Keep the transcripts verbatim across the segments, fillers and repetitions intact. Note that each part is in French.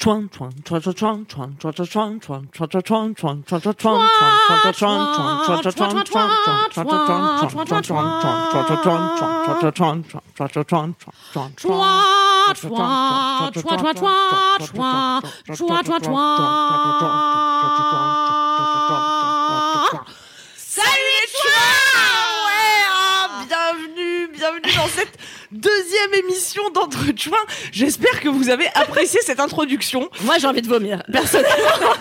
Chouan, chouan, chouan, chouan, chouan, chouan, chouan, chouan, chouan, chouan, chouan, chouan, chouan, chouan, chouan, chouan, Salut les chouans! Ouais, bienvenue, bienvenue dans cette deuxième émission d'Entre Chouins. J'espère que vous avez apprécié cette introduction. Moi, j'ai envie de vomir, personnellement.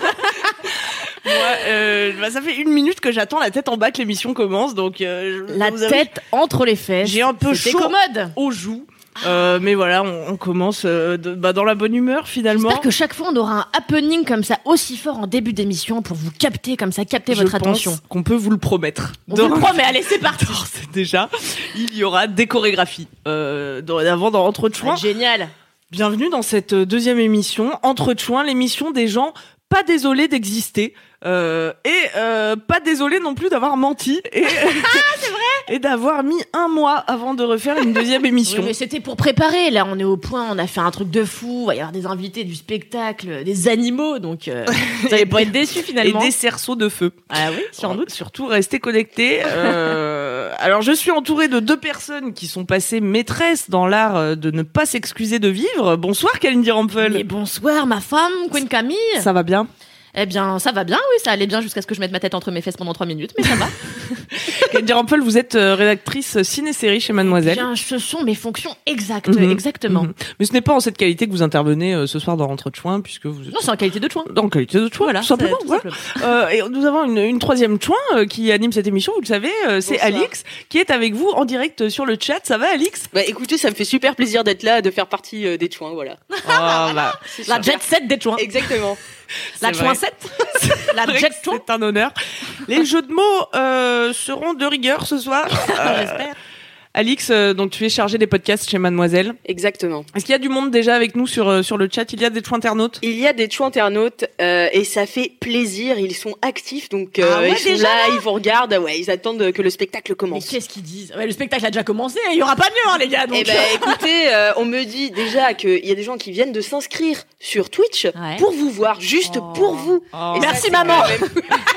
Moi, euh, bah, ça fait une minute que j'attends la tête en bas que l'émission commence, donc euh, la tête entre les fesses. J'ai un peu chaud commode aux joues. Euh, mais voilà, on, on commence euh, de, bah, dans la bonne humeur finalement. J'espère que chaque fois on aura un happening comme ça aussi fort en début d'émission pour vous capter comme ça, capter Je votre pense attention. Qu'on peut vous le promettre. On vous le promet, allez c'est parti. C'est déjà, il y aura des chorégraphies euh, dorénavant dans Entre Chouins. Génial. Bienvenue dans cette deuxième émission Entre Chouins, l'émission des gens pas désolés d'exister. Euh, et euh, pas désolé non plus d'avoir menti et, ah, c'est vrai et d'avoir mis un mois avant de refaire une deuxième émission. Oui, mais c'était pour préparer. Là, on est au point, on a fait un truc de fou. Il va y avoir des invités, du spectacle, des animaux, donc euh, vous allez pas être déçus finalement. Et des cerceaux de feu. Ah oui, sans doute. Surtout restez connectés. Euh, alors, je suis entourée de deux personnes qui sont passées maîtresses dans l'art de ne pas s'excuser de vivre. Bonsoir, Kalindi Rampel. Mais bonsoir, ma femme, Queen Camille. Ça va bien? Eh bien, ça va bien, oui, ça allait bien jusqu'à ce que je mette ma tête entre mes fesses pendant trois minutes, mais ça va. Kalindi Rampel, vous êtes rédactrice ciné-série chez Mademoiselle. Eh bien, ce sont mes fonctions exactes, mmh, exactement. Mmh. Mais ce n'est pas en cette qualité que vous intervenez euh, ce soir dans Entre Chouins, puisque vous êtes... Non, c'est en qualité de chouin. En qualité de chouin, voilà, tout simplement. Tout voilà. simplement. Euh, et nous avons une, une troisième chouin euh, qui anime cette émission, vous le savez, euh, c'est Bonsoir. Alix, qui est avec vous en direct sur le chat. Ça va, Alix? Bah écoutez, ça me fait super plaisir d'être là, de faire partie euh, des chouins, voilà. Oh, bah, La jet set des chouins. Exactement. La chouin sept. La jet chouin. C'est un honneur. Les jeux de mots euh, seront de rigueur ce soir. Euh, J'espère. Alix, euh, donc tu es chargée des podcasts chez Mademoiselle. Exactement. Est-ce qu'il y a du monde déjà avec nous sur euh, sur le chat? Il y a des chouins internautes? Il y a des chouins internautes euh, et ça fait plaisir. Ils sont actifs, donc euh, Ah ouais, ils sont déjà, là, là ils vous regardent, ouais, ils attendent que le spectacle Mais commence. qu'est-ce qu'ils disent? Ouais, le spectacle a déjà commencé, il y aura pas mieux, hein, les gars. Donc... Eh ben, écoutez, euh, on me dit déjà qu'il y a des gens qui viennent de s'inscrire sur Twitch Ouais. pour vous voir, juste Oh. pour vous. Oh. Et ça, Merci, c'est maman. quand même-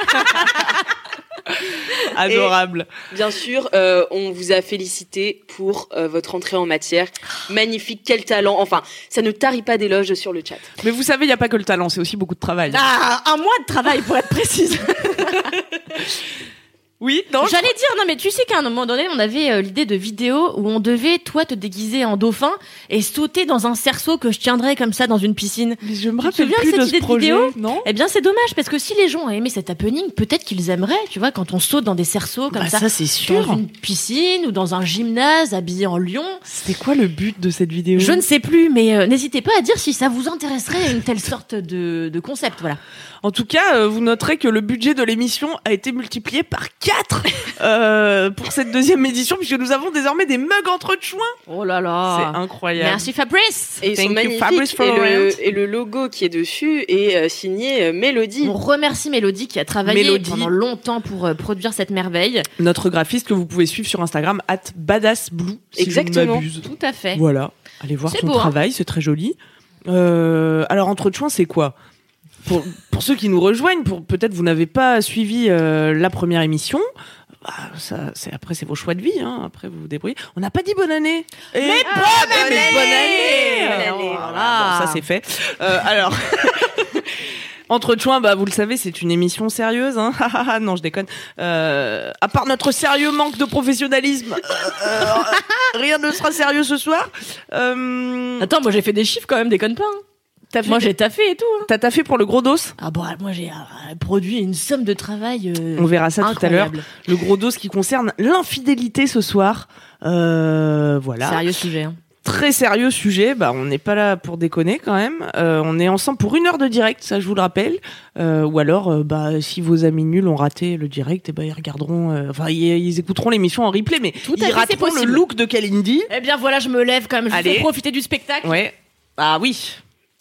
Adorable. Bien sûr, euh, on vous a félicité pour euh, votre entrée en matière. Magnifique, quel talent. Enfin, ça ne tarit pas d'éloges sur le chat. Mais vous savez, il n'y a pas que le talent, c'est aussi beaucoup de travail. Ah, un mois de travail pour être précise. Oui, non. J'allais dire, non mais tu sais qu'à un moment donné, on avait euh, l'idée de vidéo où on devait, toi, te déguiser en dauphin et sauter dans un cerceau que je tiendrais comme ça dans une piscine. Mais je me Tu te rappelle souviens de plus cette de ce idée de projet, vidéo non? Eh bien, c'est dommage parce que si les gens ont aimé cet happening, peut-être qu'ils aimeraient, tu vois, quand on saute dans des cerceaux comme Bah, ça, ça c'est sûr. dans une piscine ou dans un gymnase habillé en lion. C'était quoi le but de cette vidéo? Je ne sais plus, mais euh, n'hésitez pas à dire si ça vous intéresserait une telle sorte de, de concept, voilà. En tout cas, euh, vous noterez que le budget de l'émission a été multiplié par quatre euh, pour cette deuxième édition, puisque nous avons désormais des mugs Entre Chouins. Oh là là. C'est incroyable. Merci Fabrice. Et ils Thank sont you, Fabrice magnifiques. Et Florent. le, et le logo qui est dessus est euh, signé euh, Mélodie. On remercie Mélodie qui a travaillé Mélodie. pendant longtemps pour euh, produire cette merveille. Notre graphiste que vous pouvez suivre sur Instagram, at badassblue, si Exactement. je ne m'abuse. Tout à fait. Voilà, allez voir C'est son beau, hein. travail, c'est très joli. Euh, alors, Entre Chouins, c'est quoi? Pour, pour ceux qui nous rejoignent, pour peut-être vous n'avez pas suivi euh, la première émission, bah, ça, c'est après c'est vos choix de vie, hein, après vous vous débrouillez. On n'a pas dit bonne année. Et Mais bonne bonne année, année bonne année. Bonne année. Oh, voilà. Bon, ça c'est fait. Euh, alors. Entre Chouins, bah vous le savez, c'est une émission sérieuse. Hein. Non, je déconne. Euh, à part notre sérieux manque de professionnalisme, euh, euh, rien ne sera sérieux ce soir. Euh, Attends, moi j'ai fait des chiffres quand même, déconne pas. Hein. t'as fait Moi j'ai taffé et tout. Hein. T'as taffé pour le gros dos? Ah bon, moi j'ai euh, produit une somme de travail. Euh, On verra ça tout à l'heure. incroyable. Le gros dos qui concerne l'infidélité ce soir. Euh, voilà. Sérieux sujet. Hein. Très sérieux sujet. Bah, on n'est pas là pour déconner quand même. Euh, on est ensemble pour une heure de direct, ça je vous le rappelle. Euh, ou alors, euh, bah, si vos amis nuls ont raté le direct, et bah, ils regarderont. euh, Enfin, ils, ils écouteront l'émission en replay, mais Tout à ils fait, c'est rateront le possible. look de Kalindi. Eh bien voilà, je me lève quand même. Je Allez. vais profiter du spectacle. Ouais. Ah oui.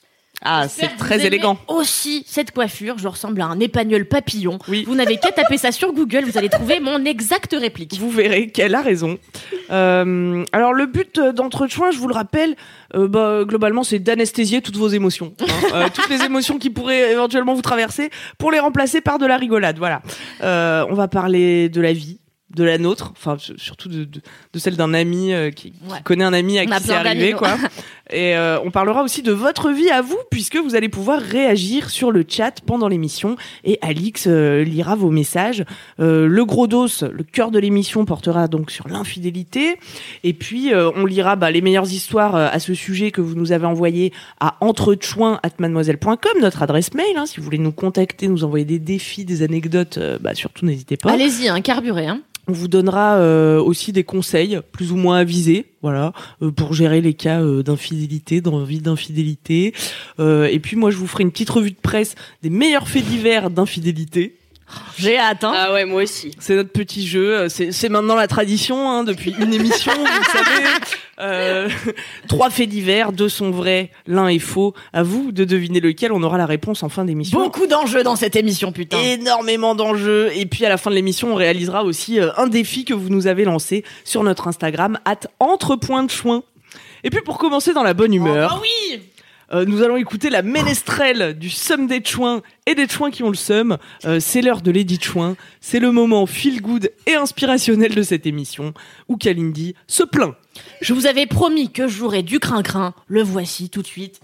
Ah, J'espère c'est que très vous aimez élégant. Aussi, cette coiffure, je ressemble à un épagnol papillon. Oui. Vous n'avez qu'à taper ça sur Google, vous allez trouver mon exacte réplique. Vous verrez qu'elle a raison. Euh, alors le but d'Entrechoin, je vous le rappelle, euh, bah, globalement, c'est d'anesthésier toutes vos émotions, hein. Euh, toutes les émotions qui pourraient éventuellement vous traverser, pour les remplacer par de la rigolade. Voilà. Euh, on va parler de la vie, de la nôtre, enfin surtout de, de, de celle d'un ami euh, qui, Ouais. qui connaît un ami à On a qui c'est plein arrivé, d'amis, quoi. Et euh, on parlera aussi de votre vie à vous, puisque vous allez pouvoir réagir sur le chat pendant l'émission. Et Alix euh, lira vos messages. Euh, le gros dos, le cœur de l'émission, portera donc sur l'infidélité. Et puis euh, on lira bah, les meilleures histoires euh, à ce sujet que vous nous avez envoyées à entrechoin arobase mademoiselle point com, notre adresse mail. Hein, si vous voulez nous contacter, nous envoyer des défis, des anecdotes, euh, bah, surtout n'hésitez pas. Allez-y, hein, carburez. Hein. On vous donnera euh, aussi des conseils plus ou moins avisés, voilà, euh, pour gérer les cas euh, d'infidélité, d'envie d'infidélité. Euh, et puis moi, je vous ferai une petite revue de presse des meilleurs faits divers d'infidélité. J'ai hâte. Hein. Ah ouais, moi aussi. C'est notre petit jeu. C'est, c'est maintenant la tradition, hein, depuis une émission, vous le savez. Euh, trois faits divers, deux sont vrais, l'un est faux. À vous de deviner lequel. On aura la réponse en fin d'émission. Beaucoup d'enjeux dans cette émission, putain. Énormément d'enjeux. Et puis à la fin de l'émission, on réalisera aussi euh, un défi que vous nous avez lancé sur notre Instagram, arobase entrepointdechoin. Et puis pour commencer dans la bonne humeur, Oh, bah oui. euh, nous allons écouter la ménestrelle du Somme des Chouins et des Chouins qui ont le Somme. Euh, c'est l'heure de Lady Chouin. C'est le moment feel good et inspirationnel de cette émission où Kalindi se plaint. Je vous avais promis que je jouerais du crin-crin. Le voici tout de suite.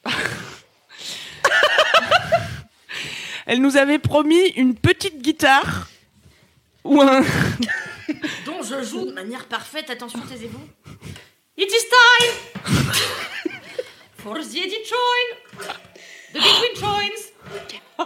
Elle nous avait promis une petite guitare ou un... Dont je joue de manière parfaite. Attention, taisez-vous. It is time for the edit join. The between joins.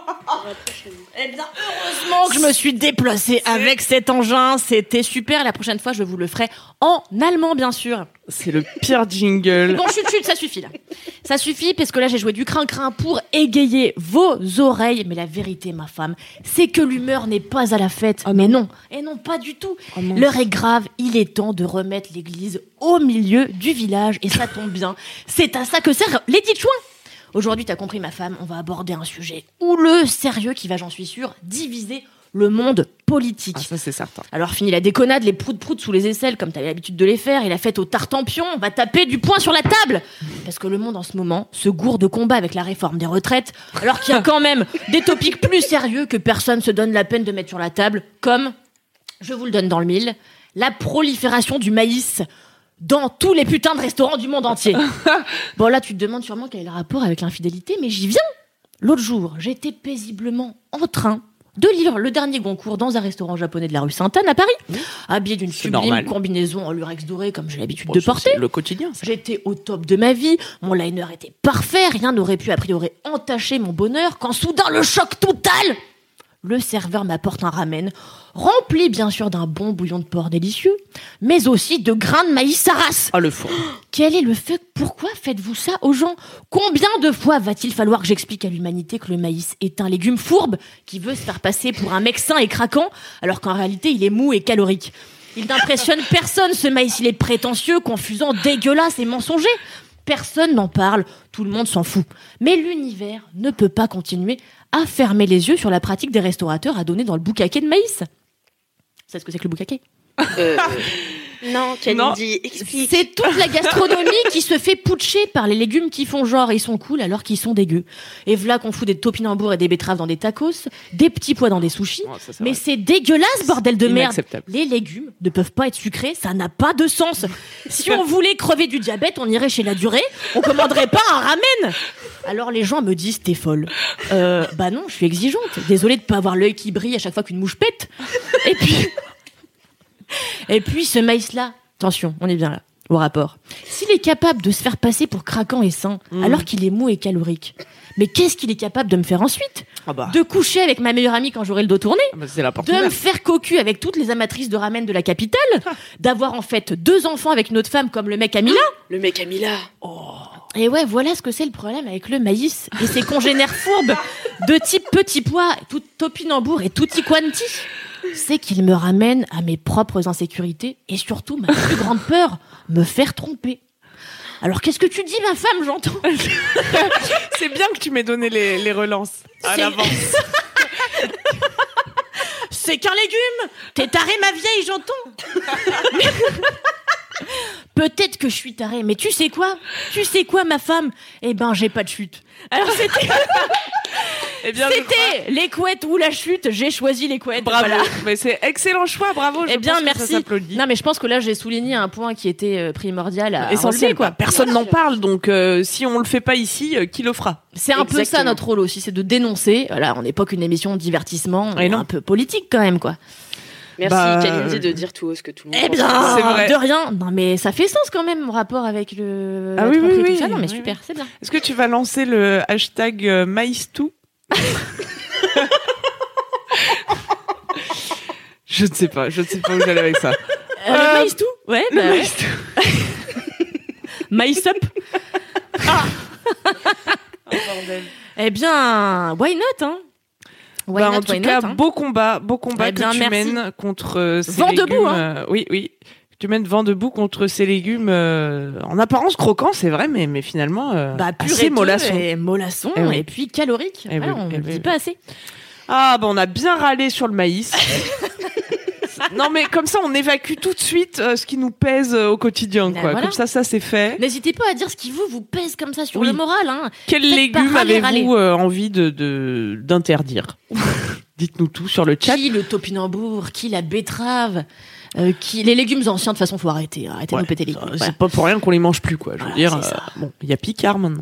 Eh bien, heureusement que je me suis déplacée avec cet engin. C'était super. La prochaine fois, je vous le ferai en allemand, bien sûr. C'est le pire jingle. Bon, chut, chut, ça suffit là. Ça suffit parce que là, j'ai joué du crin-crin pour égayer vos oreilles. Mais la vérité, ma femme, c'est que l'humeur n'est pas à la fête. Ah mais non, et non, pas du tout. Oh mince. L'heure est grave. Il est temps de remettre l'église au milieu du village. Et ça tombe bien. C'est à ça que sert Lady Chouin. Aujourd'hui, t'as compris, ma femme, on va aborder un sujet houleux, sérieux, qui va, j'en suis sûre, diviser le monde politique. Ah, ça c'est certain. Alors fini la déconnade, les proutes-proutes sous les aisselles, comme t'avais l'habitude de les faire, et la fête au tartempion, on va taper du poing sur la table. Parce que le monde en ce moment se gourde de combat avec la réforme des retraites, alors qu'il y a quand même des topics plus sérieux que personne se donne la peine de mettre sur la table, comme, je vous le donne dans le mille, la prolifération du maïs dans tous les putains de restaurants du monde entier. Bon là, tu te demandes sûrement quel est le rapport avec l'infidélité, mais j'y viens. L'autre jour, j'étais paisiblement en train de lire le dernier Goncourt dans un restaurant japonais de la rue Sainte-Anne à Paris, Mmh. habillé d'une C'est sublime normal. combinaison en lurex doré comme j'ai l'habitude Bon, de ça, porter. c'est le quotidien, ça. J'étais au top de ma vie, mon liner était parfait, rien n'aurait pu a priori entacher mon bonheur quand soudain le choc total. Le serveur m'apporte un ramen, rempli bien sûr d'un bon bouillon de porc délicieux, mais aussi de grains de maïs saras. Ah, le fond. Quel est le fait? Pourquoi faites-vous ça aux gens? Combien de fois va-t-il falloir que j'explique à l'humanité que le maïs est un légume fourbe qui veut se faire passer pour un mec sain et craquant, alors qu'en réalité il est mou et calorique? Il n'impressionne personne, ce maïs, il est prétentieux, confusant, dégueulasse et mensonger. Personne n'en parle, tout le monde s'en fout. Mais l'univers ne peut pas continuer à fermer les yeux sur la pratique des restaurateurs à donner dans le boucaquet de maïs. C'est ce que c'est que le boucaquet? Euh, non, Kalindi, explique. C'est toute la gastronomie qui se fait putcher par les légumes qui font genre ils sont cool alors qu'ils sont dégueux. Et voilà qu'on fout des topinambours et des betteraves dans des tacos, des petits pois dans des sushis. Oh, ça, c'est Mais vrai. c'est dégueulasse, bordel de merde. Inacceptable. Les légumes ne peuvent pas être sucrés, ça n'a pas de sens. Si on voulait crever du diabète, on irait chez la Durée, on commanderait pas un ramen. Alors les gens me disent t'es folle. Euh, bah non, je suis exigeante. Désolée de pas avoir l'œil qui brille à chaque fois qu'une mouche pète. Et puis Et puis ce maïs-là, attention, on est bien là, au rapport. S'il est capable de se faire passer pour craquant et sain, Mmh. alors qu'il est mou et calorique, mais qu'est-ce qu'il est capable de me faire ensuite? Ah bah, De coucher avec ma meilleure amie quand j'aurai le dos tourné? ah bah, c'est la porte De me ouverte. faire cocu avec toutes les amatrices de ramen de la capitale? D'avoir en fait deux enfants avec une autre femme comme le mec Amila? Le mec Amila. Et ouais, voilà ce que c'est le problème avec le maïs et ses congénères fourbes de type petit pois, tout topinambour et tutti quanti. C'est qu'il me ramène à mes propres insécurités et surtout ma plus grande peur, me faire tromper. Alors qu'est-ce que tu dis, ma femme, j'entends? C'est bien tu m'aies donné les, les relances à C'est- l'avance. C'est qu'un légume. T'es tarée, ma vieille, j'entends. Peut-être que je suis tarée, mais tu sais quoi? Tu sais quoi, ma femme? Eh ben, j'ai pas de chute. Alors, c'était, Eh bien, je crois- c'était les couettes ou la chute. J'ai choisi les couettes. Bravo. Voilà. Mais c'est excellent choix, bravo. Eh je bien, pense que merci. Ça s'applaudit. Non, mais je pense que là, j'ai souligné un point qui était euh, primordial à Essentiel, relever, quoi. quoi. Personne Bien n'en sûr. parle, donc euh, si on le fait pas ici, euh, qui le fera? C'est un peu ça Exactement. notre rôle aussi, c'est de dénoncer. Voilà, on n'est pas qu'une émission de divertissement, on Et est non. un peu politique quand même, quoi. Merci Bah, Kalindi euh, de dire tout haut ce que tout le monde Eh pense. bien, C'est vrai. de rien. Non, mais ça fait sens quand même, en rapport avec le. Ah la oui, oui, tromperie et oui, tout ça. Non, mais oui, super, c'est bien. Est-ce que tu vas lancer le hashtag euh, maïstou? Je ne sais pas, je ne sais pas où j'allais avec ça. Euh, Euh, le maïs tout. Ouais, Le bah, ouais. maïstou. Maïs up. Eh bien, why not, hein? Why Bah, not, en tout why cas, not, hein. beau combat, beau combat Eh bien, que tu merci. mènes contre euh, ces Vent légumes. debout, hein. euh, oui, oui. Tu mènes vent debout contre ces légumes euh, en apparence croquants, c'est vrai, mais, mais finalement euh, Bah, pur assez et mollasson. Et mollasson, Eh oui. et puis calorique. Eh Voilà, oui, on eh ne le oui, dit oui. pas assez. Ah, bah on a bien râlé sur le maïs. Non, mais comme ça, on évacue tout de suite euh, ce qui nous pèse euh, au quotidien, Ben quoi. voilà. Comme ça, ça c'est fait. N'hésitez pas à dire ce qui vous vous pèse comme ça sur Oui. le moral, hein. Quels Faites légumes pas râler, avez-vous euh, envie de de- d'interdire? Dites-nous tout sur le chat. Qui le topinambour, qui la betterave, euh, qui les légumes anciens, de toute façon, faut arrêter. Arrêtez Ouais, de nous péter les ça, couilles. C'est Voilà. pas pour rien qu'on les mange plus, quoi. Je veux Voilà, dire, c'est euh, ça. bon, il y a Picard maintenant.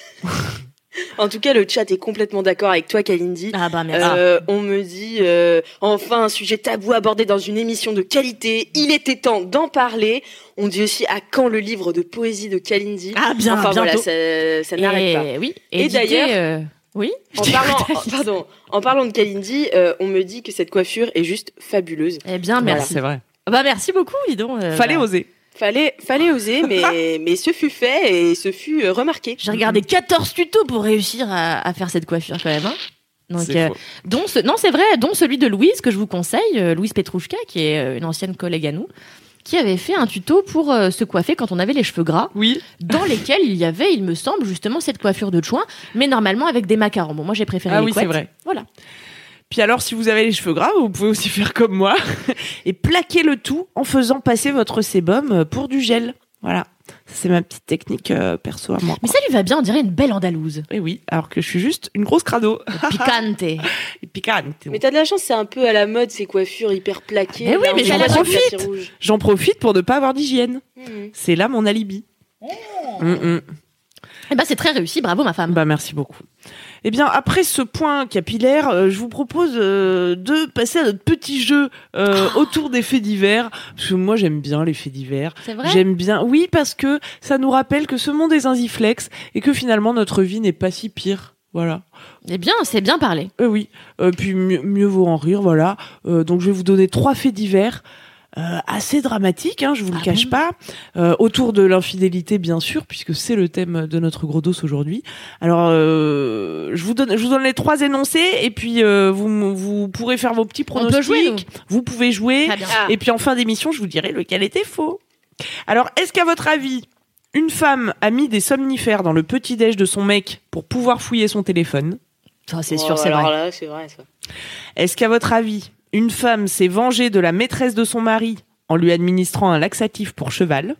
En tout cas, le chat est complètement d'accord avec toi, Kalindi. Ah bah merci. Euh, on me dit euh, enfin un sujet tabou abordé dans une émission de qualité. Il était temps d'en parler. On dit aussi à quand le livre de poésie de Kalindi. Ah bien, Enfin voilà, bientôt. ça, ça n'arrête pas. Et oui. Et édité, d'ailleurs- euh, oui. En parlant, en- pardon, en parlant de Kalindi, euh, on me dit que cette coiffure est juste fabuleuse. Eh bien, Voilà, merci. c'est vrai. Bah merci beaucoup, dis donc. euh, Fallait bah, oser. Fallait, fallait oser, mais, mais ce fut fait et ce fut euh, remarqué. J'ai regardé quatorze tutos pour réussir à, à faire cette coiffure quand même. Hein. Donc, C'est euh, faux. dont ce, non, c'est vrai, dont celui de Louise que je vous conseille, euh, Louise Petrouchka, qui est euh, une ancienne collègue à nous, qui avait fait un tuto pour euh, se coiffer quand on avait les cheveux gras, Oui. dans lesquels il y avait, il me semble, justement cette coiffure de chouin, mais normalement avec des macarons. Bon, moi j'ai préféré Ah les oui, c'est couettes. vrai. Voilà. Puis alors, si vous avez les cheveux gras, vous pouvez aussi faire comme moi et plaquer le tout en faisant passer votre sébum pour du gel. Voilà. Ça, c'est ma petite technique euh, perso à moi. Mais ça lui va bien, on dirait une belle andalouse. Et oui, alors que je suis juste une grosse crado. Picante. Et piquante. Mais t'as de la chance, c'est un peu à la mode ces coiffures hyper plaquées. Eh oui, Là, mais on j'en dirait du profite. tapis rouge. J'en profite pour ne pas avoir d'hygiène. Mhm. C'est là mon alibi. Mm, mm. Eh ben c'est très réussi, bravo ma femme. Bah merci beaucoup. Eh bien, après ce point capillaire, euh, je vous propose euh, de passer à notre petit jeu euh, autour des faits divers. Parce que moi, j'aime bien les faits divers. C'est vrai. J'aime bien, oui, parce que ça nous rappelle que ce monde est zinziflex et que finalement notre vie n'est pas si pire. Voilà. Eh bien, c'est bien parlé. Euh, oui. Euh, puis mieux, mieux vaut en rire, voilà. Euh, donc je vais vous donner trois faits divers. Euh, assez dramatiques, hein, je vous le Ah cache bon pas, euh, autour de l'infidélité bien sûr, puisque c'est le thème de notre gros dos aujourd'hui. Alors, euh, je vous donne, je vous donne les trois énoncés et puis euh, vous, vous pourrez faire vos petits On pronostics. peut jouer, nous. Vous pouvez jouer. Très bien. Ah. Et puis en fin d'émission, je vous dirai lequel était faux. Alors, est-ce qu'à votre avis, une femme a mis des somnifères dans le petit-déj de son mec pour pouvoir fouiller son téléphone? Ça, c'est Oh, sûr, c'est alors vrai. là, c'est vrai ça. Est-ce qu'à votre avis, une femme s'est vengée de la maîtresse de son mari en lui administrant un laxatif pour cheval?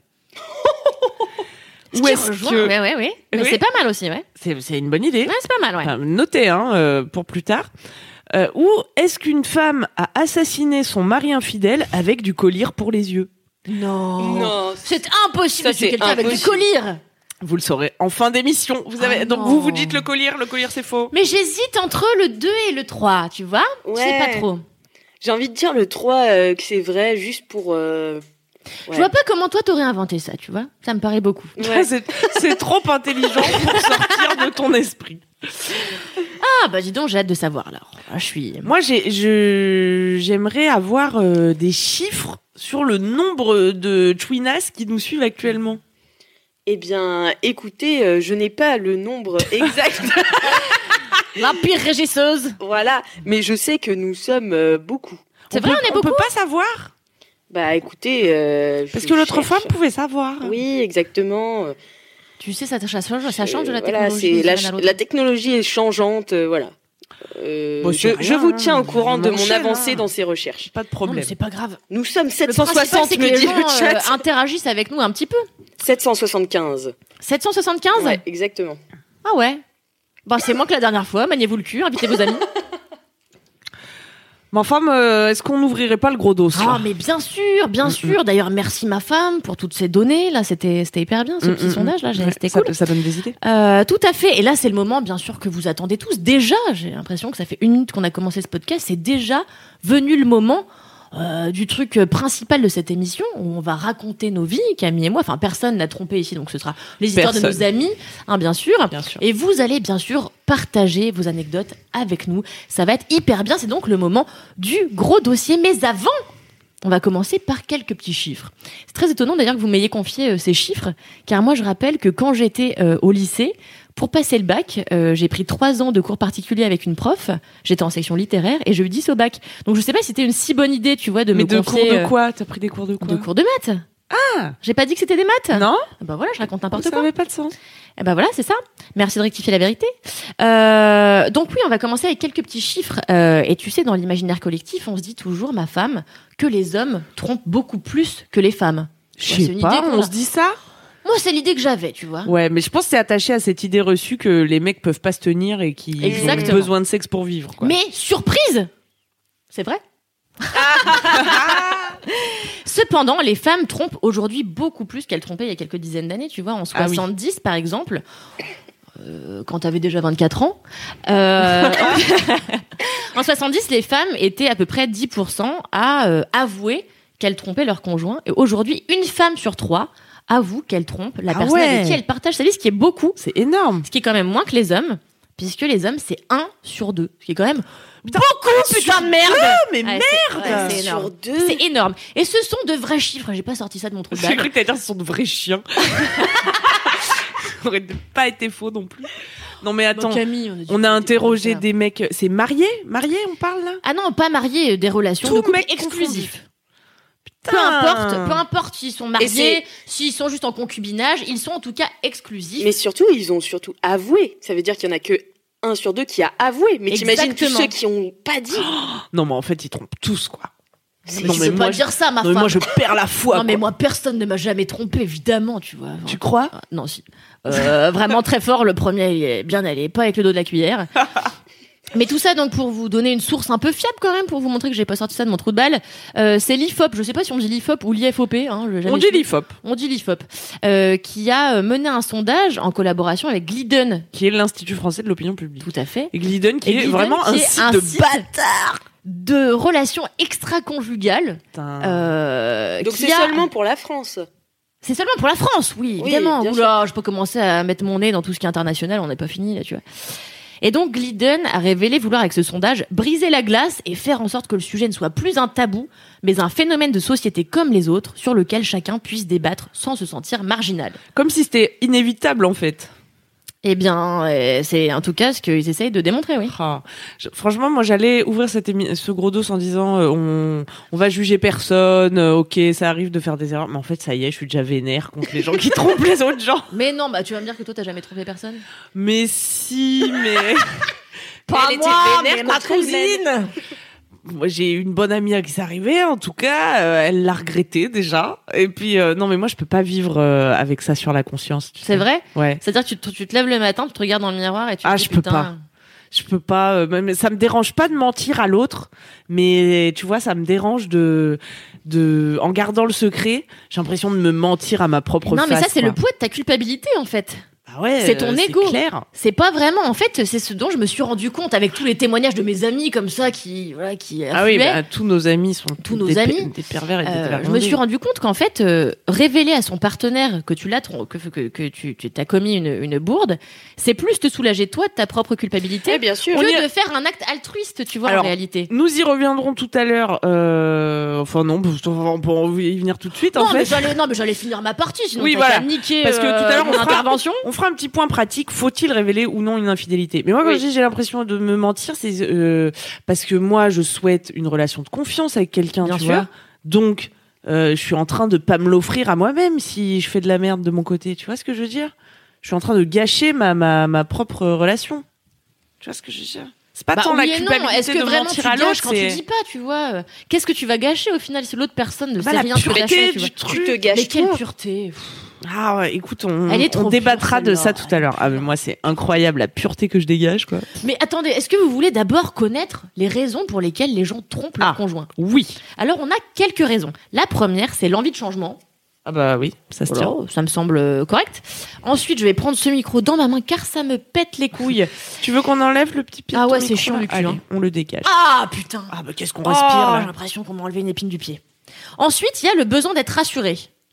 Ce Ou qui est-ce rejoint, que... ouais, ouais, ouais. Mais Oui. c'est pas mal aussi, ouais. C'est, c'est une bonne idée. Ouais, c'est pas mal, ouais. Enfin, notez, hein, euh, pour plus tard. Euh, ou est-ce qu'une femme a assassiné son mari infidèle avec du collyre pour les yeux? Non. Non, C'est impossible Ça, de tuer c'est quelqu'un avec du impossible. collyre. Vous le saurez en fin d'émission. Vous avez... Ah Donc non. vous vous dites le collyre, le collyre c'est faux. Mais j'hésite entre le deux et le trois, tu vois. Je sais Ouais. pas trop. j'ai envie de dire le trois euh, que c'est vrai, juste pour. euh, Je ouais. vois pas comment toi t'aurais inventé ça, tu vois. Ça me paraît beaucoup. Ouais. c'est, c'est trop intelligent pour sortir de ton esprit. Ah bah dis donc, j'ai hâte de savoir alors. Ah, je suis. Moi, j'ai, je, j'aimerais avoir euh, des chiffres sur le nombre de chouinas qui nous suivent actuellement. Eh bien, écoutez, euh, je n'ai pas le nombre exact. La pire régisseuse. Voilà, mais je sais que nous sommes euh, beaucoup. C'est vrai, peut, on est on beaucoup. peut pas savoir. Bah écoutez, euh, Parce je que l'autre cherche. femme pouvait savoir. Oui, exactement. Tu sais, ça, ça change, ça change de la Euh, voilà, technologie. c'est la, d'une semaine à l'autre. la technologie est changeante, euh, voilà. Euh, Bon, je, c'est je rien, vous tiens hein. au courant On de mon enchaîne, avancée hein. dans ces recherches. Pas de Non, problème. mais c'est pas grave. Nous sommes Le sept cent principal, soixante, c'est que me les dit gens le chat. euh, interagissent avec nous un petit peu. sept cent soixante-quinze. sept cent soixante-quinze Ouais, exactement. Ah ouais. Bah, c'est moins que la dernière fois. Maniez-vous le cul, invitez vos amis. Mais enfin, euh, est-ce qu'on n'ouvrirait pas le gros dos là Ah, mais bien sûr, bien sûr. D'ailleurs, merci ma femme pour toutes ces données. Là, c'était, c'était hyper bien, ce Mm, petit mm, sondage. Là, j'ai- Ouais, c'était ça, cool. ça donne des idées. Euh, tout à fait. Et là, c'est le moment, bien sûr, que vous attendez tous. Déjà, j'ai l'impression que ça fait une minute qu'on a commencé ce podcast. C'est déjà venu le moment euh, du truc euh, principal de cette émission où on va raconter nos vies, Camille et moi. Enfin, personne n'a trompé ici, donc ce sera les histoires de Personne. nos amis, hein, bien sûr. Bien sûr. Et vous allez bien sûr partager vos anecdotes avec nous. Ça va être hyper bien. C'est donc le moment du gros dossier. Mais avant, on va commencer par quelques petits chiffres. C'est très étonnant d'ailleurs que vous m'ayez confié euh, ces chiffres, car moi je rappelle que quand j'étais euh, au lycée, pour passer le bac, euh, j'ai pris trois ans de cours particuliers avec une prof. J'étais en section littéraire et j'ai eu dix au bac. Donc je sais pas si c'était une si bonne idée, tu vois, de Mais me de confier cours de euh, quoi T'as pris des cours de quoi de cours de maths. Ah J'ai pas dit que c'était des maths. Non Bah voilà, je raconte n'importe Ça quoi. n'avait pas de sens. Eh ben voilà, c'est ça. Merci de rectifier la vérité. Euh, donc oui, on va commencer avec quelques petits chiffres. Euh, et tu sais, dans l'imaginaire collectif, on se dit toujours, ma femme, que les hommes trompent beaucoup plus que les femmes. Je Ouais, c'est sais une pas, idée qu'on on a. se dit ça Moi, c'est l'idée que j'avais, tu vois. Ouais, mais je pense que c'est attaché à cette idée reçue que les mecs peuvent pas se tenir et qu'ils ont Exactement. besoin de sexe pour vivre. Quoi. Mais surprise, c'est vrai. Cependant, les femmes trompent aujourd'hui beaucoup plus qu'elles trompaient il y a quelques dizaines d'années. Tu vois, en Ah oui. soixante-dix, par exemple, euh, quand t'avais déjà vingt-quatre ans, euh, en soixante-dix, les femmes étaient à peu près dix pour cent à euh, avouer qu'elles trompaient leur conjoint. Et aujourd'hui, une femme sur trois avoue qu'elle trompe la Ah personne ouais. avec qui elle partage sa vie, ce qui est beaucoup, C'est énorme. ce qui est quand même moins que les hommes, puisque les hommes, c'est un sur deux, ce qui est quand même beaucoup, putain de merde. mais Ouais, c'est- ouais, merde. c'est Sur énorme. deux. C'est énorme. Et ce sont de vrais chiffres. J'ai pas sorti ça de mon trou de J'ai balle. cru que t'allais dire que ce sont de vrais chiens. Ça aurait pas été faux non plus. Non mais attends, Bon, Camille, on, on a interrogé des mecs. C'est marié Marié, on parle là Ah non, pas mariés, des relations Tout de couple mec exclusifs. Peu Putain. importe, peu importe s'ils sont mariés, c'est- s'ils sont juste en concubinage, ils sont en tout cas exclusifs. Mais surtout, ils ont surtout avoué. Ça veut dire qu'il y en a que un sur deux qui a avoué. Mais t'imagines tous Exactement. ceux qui ont pas dit. Non mais en fait ils trompent tous quoi. Mais non, tu mais peux moi, pas je- dire ça, ma Non mais femme. moi je perds la foi. non mais quoi. moi personne ne m'a jamais trompé, évidemment, tu vois. Tu crois Ah, non, si. Euh, vraiment très fort, le premier il est bien allé, pas avec le dos de la cuillère. Mais tout ça donc pour vous donner une source un peu fiable quand même, pour vous montrer que j'ai pas sorti ça de mon trou de balle. Euh, c'est l'I F O P, je sais pas si on dit l'I F O P ou l'I F O P. Hein, j'ai jamais On dit su. l'I F O P, On dit l'I F O P, euh, qui a euh, mené un sondage en collaboration avec Glidden. qui est l'Institut français de l'opinion publique. Tout à fait. Et Glidden qui Et est Glidden, vraiment qui un est site un de site bâtard. de relations extra-conjugales. Putain. Euh, Donc qui c'est a- seulement pour la France. C'est seulement pour la France, oui, Oui, évidemment. bien Oula, je peux commencer à mettre mon nez dans tout ce qui est international, on n'est pas fini là, tu vois. Et donc Glidden a révélé vouloir avec ce sondage briser la glace et faire en sorte que le sujet ne soit plus un tabou, mais un phénomène de société comme les autres, sur lequel chacun puisse débattre sans se sentir marginal. Comme si c'était inévitable en fait. Eh bien, euh, c'est en tout cas ce qu'ils essayent de démontrer, oui. Ah. Je- franchement, moi, j'allais ouvrir cette émi- ce gros dos en disant euh, on, on va juger personne, euh, ok, ça arrive de faire des erreurs, mais en fait, ça y est, je suis déjà vénère contre les gens qui trompent les autres gens. Mais non, bah tu vas me dire que toi t'as jamais trompé personne. Mais si, mais Pas Elle était vénère contre elle-même. moi, j'ai une bonne amie à qui c'est arrivé, en tout cas, euh, elle l'a regretté déjà. Et puis, euh, non, mais moi, je peux pas vivre euh, avec ça sur la conscience. tu C'est sais. vrai? Ouais. C'est-à-dire que tu te, tu te lèves le matin, tu te regardes dans le miroir et tu te Ah, dis, je peux putain, pas. Je peux pas, euh, même, ça me dérange pas de mentir à l'autre, mais tu vois, ça me dérange de, de, en gardant le secret, j'ai l'impression de me mentir à ma propre Non, face. mais ça, c'est quoi. le poids de ta culpabilité, en fait. Ah ouais, c'est ton euh, ego. C'est clair. C'est pas vraiment, en fait, c'est ce dont je me suis rendu compte avec tous les témoignages de mes amis comme ça qui, voilà, qui Ah oui, affluaient. bah, tous nos amis sont Tous nos des, pe- amis. des pervers et des Euh, pervers. je me suis rendu compte qu'en fait, euh, révéler à son partenaire que tu l'as, trom- que, que, que tu, tu t'as commis une, une bourde, c'est plus te soulager toi de ta propre culpabilité Oui, bien sûr. que On y- de faire un acte altruiste, tu vois, Alors, en réalité. Nous y reviendrons tout à l'heure. Euh... Enfin non, on peut y venir tout de suite. Non, en mais fait, j'allais, non, mais j'allais finir ma partie, sinon Oui, t'as voilà. qu'à niquer Parce que tout à l'heure, mon on fera- intervention. on fera un petit point pratique. Faut-il révéler ou non une infidélité? Mais moi, quand Oui. je dis j'ai l'impression de me mentir, c'est euh, parce que moi, je souhaite une relation de confiance avec quelqu'un, Bien tu sûr. vois. Donc, euh, je suis en train de pas me l'offrir à moi-même si je fais de la merde de mon côté. Tu vois ce que je veux dire? je suis en train de gâcher ma, ma, ma propre relation. Tu vois ce que je veux dire? C'est pas Bah, tant oui la et non. culpabilité Est-ce que de vraiment mentir tu à gâches l'autre, quand c'est... tu dis pas, tu vois euh, qu'est-ce que tu vas gâcher au final si l'autre personne ne Bah, sait la rien de ce que t'as pureté fait, tu du vois. truc. Tu te gâches Mais quelle toi. pureté. Ah ouais, écoute, on, Elle est trop on débattra pure, de ça celle-là. tout à l'heure. Ah mais moi c'est incroyable la pureté que je dégage quoi. Mais attendez, est-ce que vous voulez d'abord connaître les raisons pour lesquelles les gens trompent leur Ah. conjoint? Oui. Alors on a quelques raisons. La première, c'est l'envie de changement. Ah bah oui, ça se tient. Voilà, ça me semble euh, correct. Ensuite, je vais prendre ce micro dans ma main car ça me pète les couilles. Tu veux qu'on enlève le petit pied Ah de ton ouais, c'est micro, chiant, là le cul, Allez, hein. on le dégage. Ah putain. Ah bah qu'est-ce qu'on Oh, respire j'ai là. l'impression qu'on m'a enlevé une épine du pied. Ensuite, il y a le besoin d'être rassuré.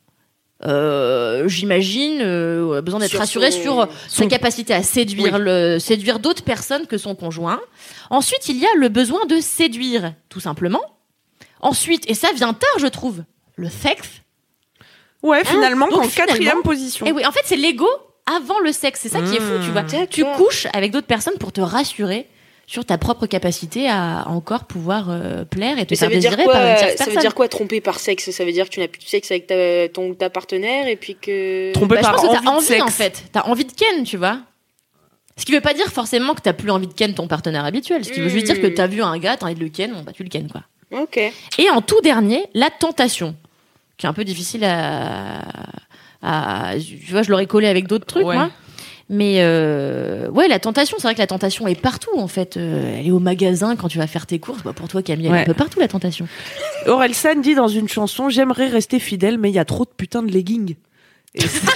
Euh, j'imagine euh, besoin d'être Sur rassuré son- sur sa son- capacité à séduire Oui. le séduire d'autres personnes que son conjoint. Ensuite, il y a le besoin de séduire, tout simplement. Ensuite, et ça vient tard, je trouve, le sexe. Ouais, finalement, donc en quatrième finalement- position. Et oui, en fait, c'est l'ego avant le sexe. C'est ça qui est fou, tu vois. D'accord. Tu couches avec d'autres personnes pour te rassurer sur ta propre capacité à encore pouvoir euh, plaire et te Mais ça faire veut dire désirer quoi par une tierce Ça personne. veut dire quoi tromper par sexe? Ça veut dire que tu n'as plus de sexe avec ta, ton ta partenaire et puis que. Tromper Bah, je par pense que envie t'as de envie, sexe. en fait. T'as envie de ken, tu vois. Ce qui veut pas dire forcément que t'as plus envie de ken ton partenaire habituel. Ce qui veut juste dire que Mm. t'as vu un gars, t'as envie de le ken, bon bah tu le ken, quoi. Ok. Et en tout dernier, la tentation, qui est un peu difficile à, à tu vois, je l'aurais collé avec d'autres trucs, Ouais. moi. Mais euh, ouais, la tentation, c'est vrai que la tentation est partout, en fait. Euh, elle est au magasin quand tu vas faire tes courses. Bah, pour toi, Camille, elle est Ouais. un peu partout, la tentation. Orelsan dit dans une chanson, j'aimerais rester fidèle, mais il y a trop de putain de leggings. Et, c'est-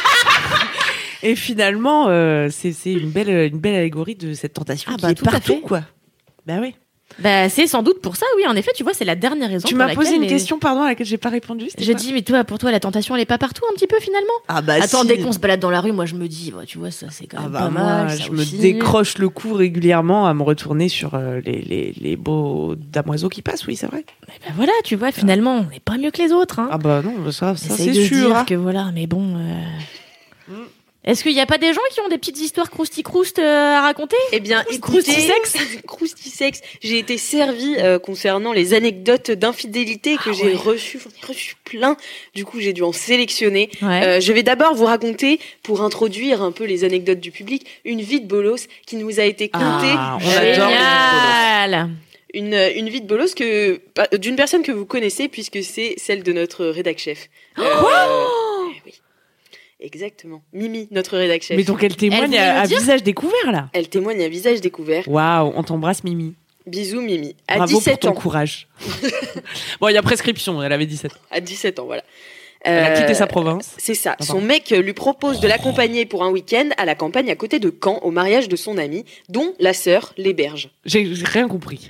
Et finalement, euh, c'est c'est une belle, une belle allégorie de cette tentation Ah qui bah, est tout à partout, fait. quoi. Bah oui. Bah, c'est sans doute pour ça, oui, en effet, tu vois, c'est la dernière raison. Tu pour m'as posé laquelle une les- question, pardon, à laquelle j'ai pas répondu. c'était J'ai quoi dit, mais toi, pour toi, la tentation, elle est pas partout, un petit peu, finalement. Ah bah Attends, si. dès qu'on se balade dans la rue, moi, je me dis, bah, tu vois, ça, c'est quand Ah même bah pas moi, mal. ça je me aussi. décroche le cou régulièrement à me retourner sur euh, les, les, les beaux damoiseaux qui passent, oui, c'est vrai. Mais bah, voilà, tu vois, finalement, on n'est pas mieux que les autres, hein. Ah bah non, ça, ça Essaye c'est de sûr. dire hein. que voilà, mais bon. euh, Est-ce qu'il n'y a pas des gens qui ont des petites histoires crousti-croust euh, à raconter? Eh bien, Croustisex. Croustisex. J'ai été servie euh, concernant les anecdotes d'infidélité que Ah j'ai ouais. reçues. J'en ai reçu plein. Du coup, j'ai dû en sélectionner. Ouais. Euh, je vais d'abord vous raconter, pour introduire un peu les anecdotes du public, une vie de bolos qui nous a été contée. Ah, on adore les Génial. Une, une vie de bolos que, pas- d'une personne que vous connaissez, puisque c'est celle de notre rédac chef. Euh, eh oui. Exactement. Mimi, notre rédac chef. Mais donc elle témoigne voulait à, nous à dire visage découvert là. Elle témoigne à visage découvert. Waouh, on t'embrasse Mimi. Bisous, Mimi. À Bravo pour dix-sept ton ans. courage. Bon, il y a prescription, elle avait dix-sept ans. À dix-sept ans, voilà. Elle a Euh, quitté sa province. C'est ça. Ah, Son pardon. mec lui propose de l'accompagner pour un week-end à la campagne à côté de Caen, au mariage de son ami, dont la sœur l'héberge. J'ai j'ai rien compris.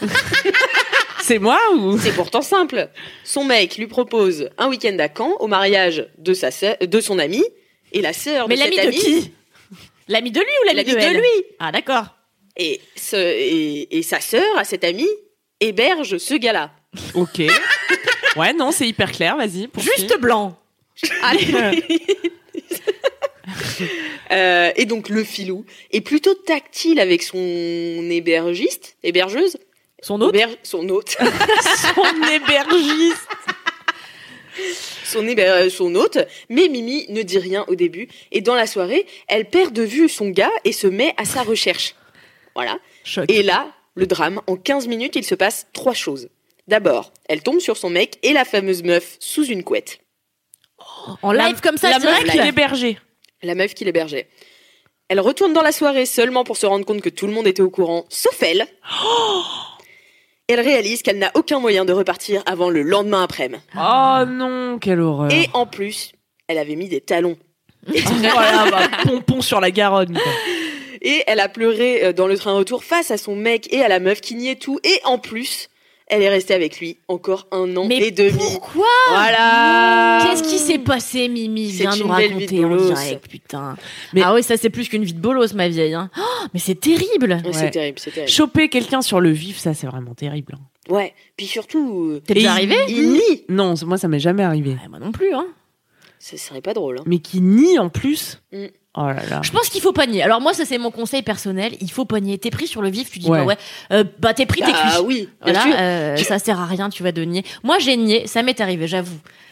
C'est moi ou C'est pourtant simple. Son mec lui propose un week-end à Caen, au mariage de, sa sœur, de son ami, et la sœur Mais de l'ami cet de ami... qui? L'ami de lui ou l'ami L'ami de, de elle lui. Ah, d'accord. Et, ce, et, et sa sœur, à cet ami, héberge ce gars-là. Ok. Ouais, non, c'est hyper clair, vas-y. poursuis. Juste blanc. Allez. Euh, et donc le filou est plutôt tactile avec son hébergiste, hébergeuse, Son autre Héberge- son hôte, Son hébergiste. son, héber- son hôte, mais Mimi ne dit rien au début, et dans la soirée, elle perd de vue son gars et se met à sa recherche. Voilà. Choc. Et là, le drame, en quinze minutes, il se passe trois choses. D'abord, elle tombe sur son mec et la fameuse meuf sous une couette. En live comme ça, La direct. meuf qui l'hébergeait. La meuf qui l'hébergeait. Elle retourne dans la soirée seulement pour se rendre compte que tout le monde était au courant, sauf elle. Elle réalise qu'elle n'a aucun moyen de repartir avant le lendemain après-midi. Oh non, quelle horreur. Et en plus, elle avait mis des talons. voilà, bah, pompon sur la Garonne. quoi. Et elle a pleuré euh, dans le train retour face à son mec et à la meuf qui niait tout. Et en plus, elle est restée avec lui encore un an Mais et demi. pourquoi? Voilà. Qu'est-ce qui s'est passé, Mimi? C'est Viens une nous belle vie raconter de en bolos. direct, putain. Mais- Ah oui, ça c'est plus qu'une vie de bolos, ma vieille. Hein. Oh, mais c'est terrible. Ouais, Ouais. C'est terrible, c'est terrible. Choper quelqu'un sur le vif, ça c'est vraiment terrible. hein. Ouais. Puis surtout, euh, T'es Et déjà il- arrivé? il nie. Non, c'est- moi ça m'est jamais arrivé. Ouais, moi non plus. Hein. Ce serait pas drôle. Hein. Mais qui nie en plus. Mm. Oh là là. Je pense qu'il faut pogner. Alors moi, ça c'est mon conseil personnel. Il faut pogner. T'es pris sur le vif, tu dis Ouais. bah ouais, euh, bah t'es pris, t'es cuit. Ah oui, bien Voilà, sûr. euh, ça sert à rien, tu vas de nier. Moi, j'ai nié, ça m'est arrivé, j'avoue.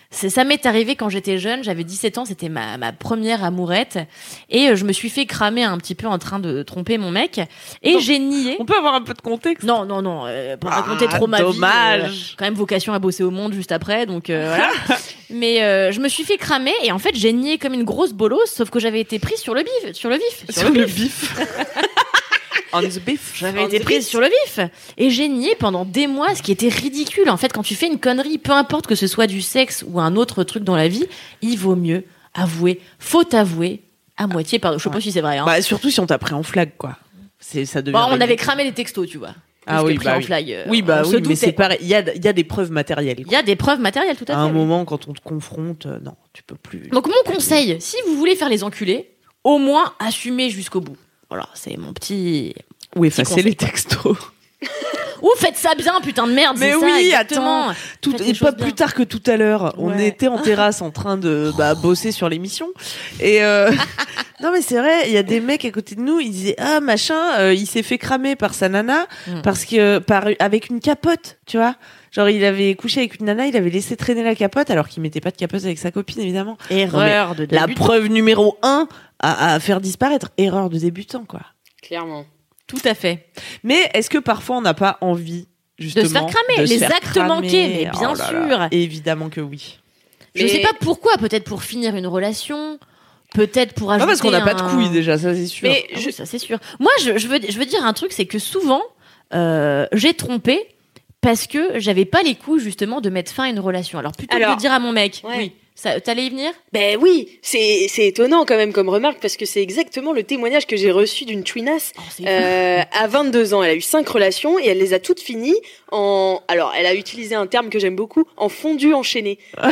C'est, ça m'est arrivé quand j'étais jeune, j'avais dix-sept ans, c'était ma, ma première amourette, et euh, je me suis fait cramer un petit peu en train de tromper mon mec, et Non. j'ai nié. On peut avoir un peu de contexte. Non, non, non, euh, pour Ah, raconter trop ma vie. dommage. euh, quand même vocation à bosser au monde juste après, donc euh, voilà. Mais euh, je me suis fait cramer, et en fait j'ai nié comme une grosse bolosse, sauf que j'avais été prise sur le bif, sur le vif, Sur le vif. On the beef. J'avais On été the prise beef. sur le vif. Et j'ai nié pendant des mois, ce qui était ridicule. En fait, quand tu fais une connerie, peu importe que ce soit du sexe ou un autre truc dans la vie, il vaut mieux avouer, faut avouer à moitié. Pardon, je sais pas Ouais. si c'est vrai. Hein. Bah, surtout si on t'a pris en flag, quoi. C'est, ça devient. Bon, on ridicule. avait cramé les textos, tu vois. Ah Plus oui, que pris bah en oui. flag. euh, Oui, bah on se oui, mais doutait. c'est pareil. Il y a, il y a des preuves matérielles. Il y a des preuves matérielles, tout à À fait. un oui. moment, quand on te confronte, euh, non, tu peux plus. Donc, mon conseil, si vous voulez faire les enculés, au moins assumez jusqu'au bout. Voilà, c'est mon petit. Ou effacer conseil. les textos. Ou faites ça bien, putain de merde. Mais c'est ça, oui, exactement. Tout, Faites et les pas choses plus bien. tard que tout à l'heure, on Ouais. était en terrasse en train de bah, bosser sur l'émission. Et euh... non mais c'est vrai, il y a des mecs à côté de nous, ils disaient ah machin, euh, il s'est fait cramer par sa nana Mm. parce que par avec une capote, tu vois. Genre il avait couché avec une nana, il avait laissé traîner la capote alors qu'il mettait pas de capote avec sa copine évidemment. Erreur de La débutant. preuve numéro un à, à faire disparaître, erreur de débutant quoi. Clairement. Tout à fait. Mais est-ce que parfois on n'a pas envie justement De se faire cramer, de se les faire actes cramer manqués, mais bien Oh là sûr. là. Évidemment que oui. Je Mais- sais pas pourquoi, peut-être pour finir une relation, peut-être pour ajouter Pas parce qu'on n'a pas de un- couilles déjà, ça c'est sûr. Mais Ah je- oui, ça c'est sûr. Moi, je, je veux, je veux dire un truc, c'est que souvent, euh, j'ai trompé parce que j'avais pas les couilles justement de mettre fin à une relation. Alors plutôt que Alors, de dire à mon mec, ouais. oui, ça, t'allais y venir? Ben oui, c'est c'est étonnant quand même comme remarque parce que c'est exactement le témoignage que j'ai reçu d'une twinasse. Oh, c'est Euh, à vingt-deux ans, elle a eu cinq relations et elle les a toutes finies en. Alors, elle a utilisé un terme que j'aime beaucoup, en fondu enchaîné. Euh,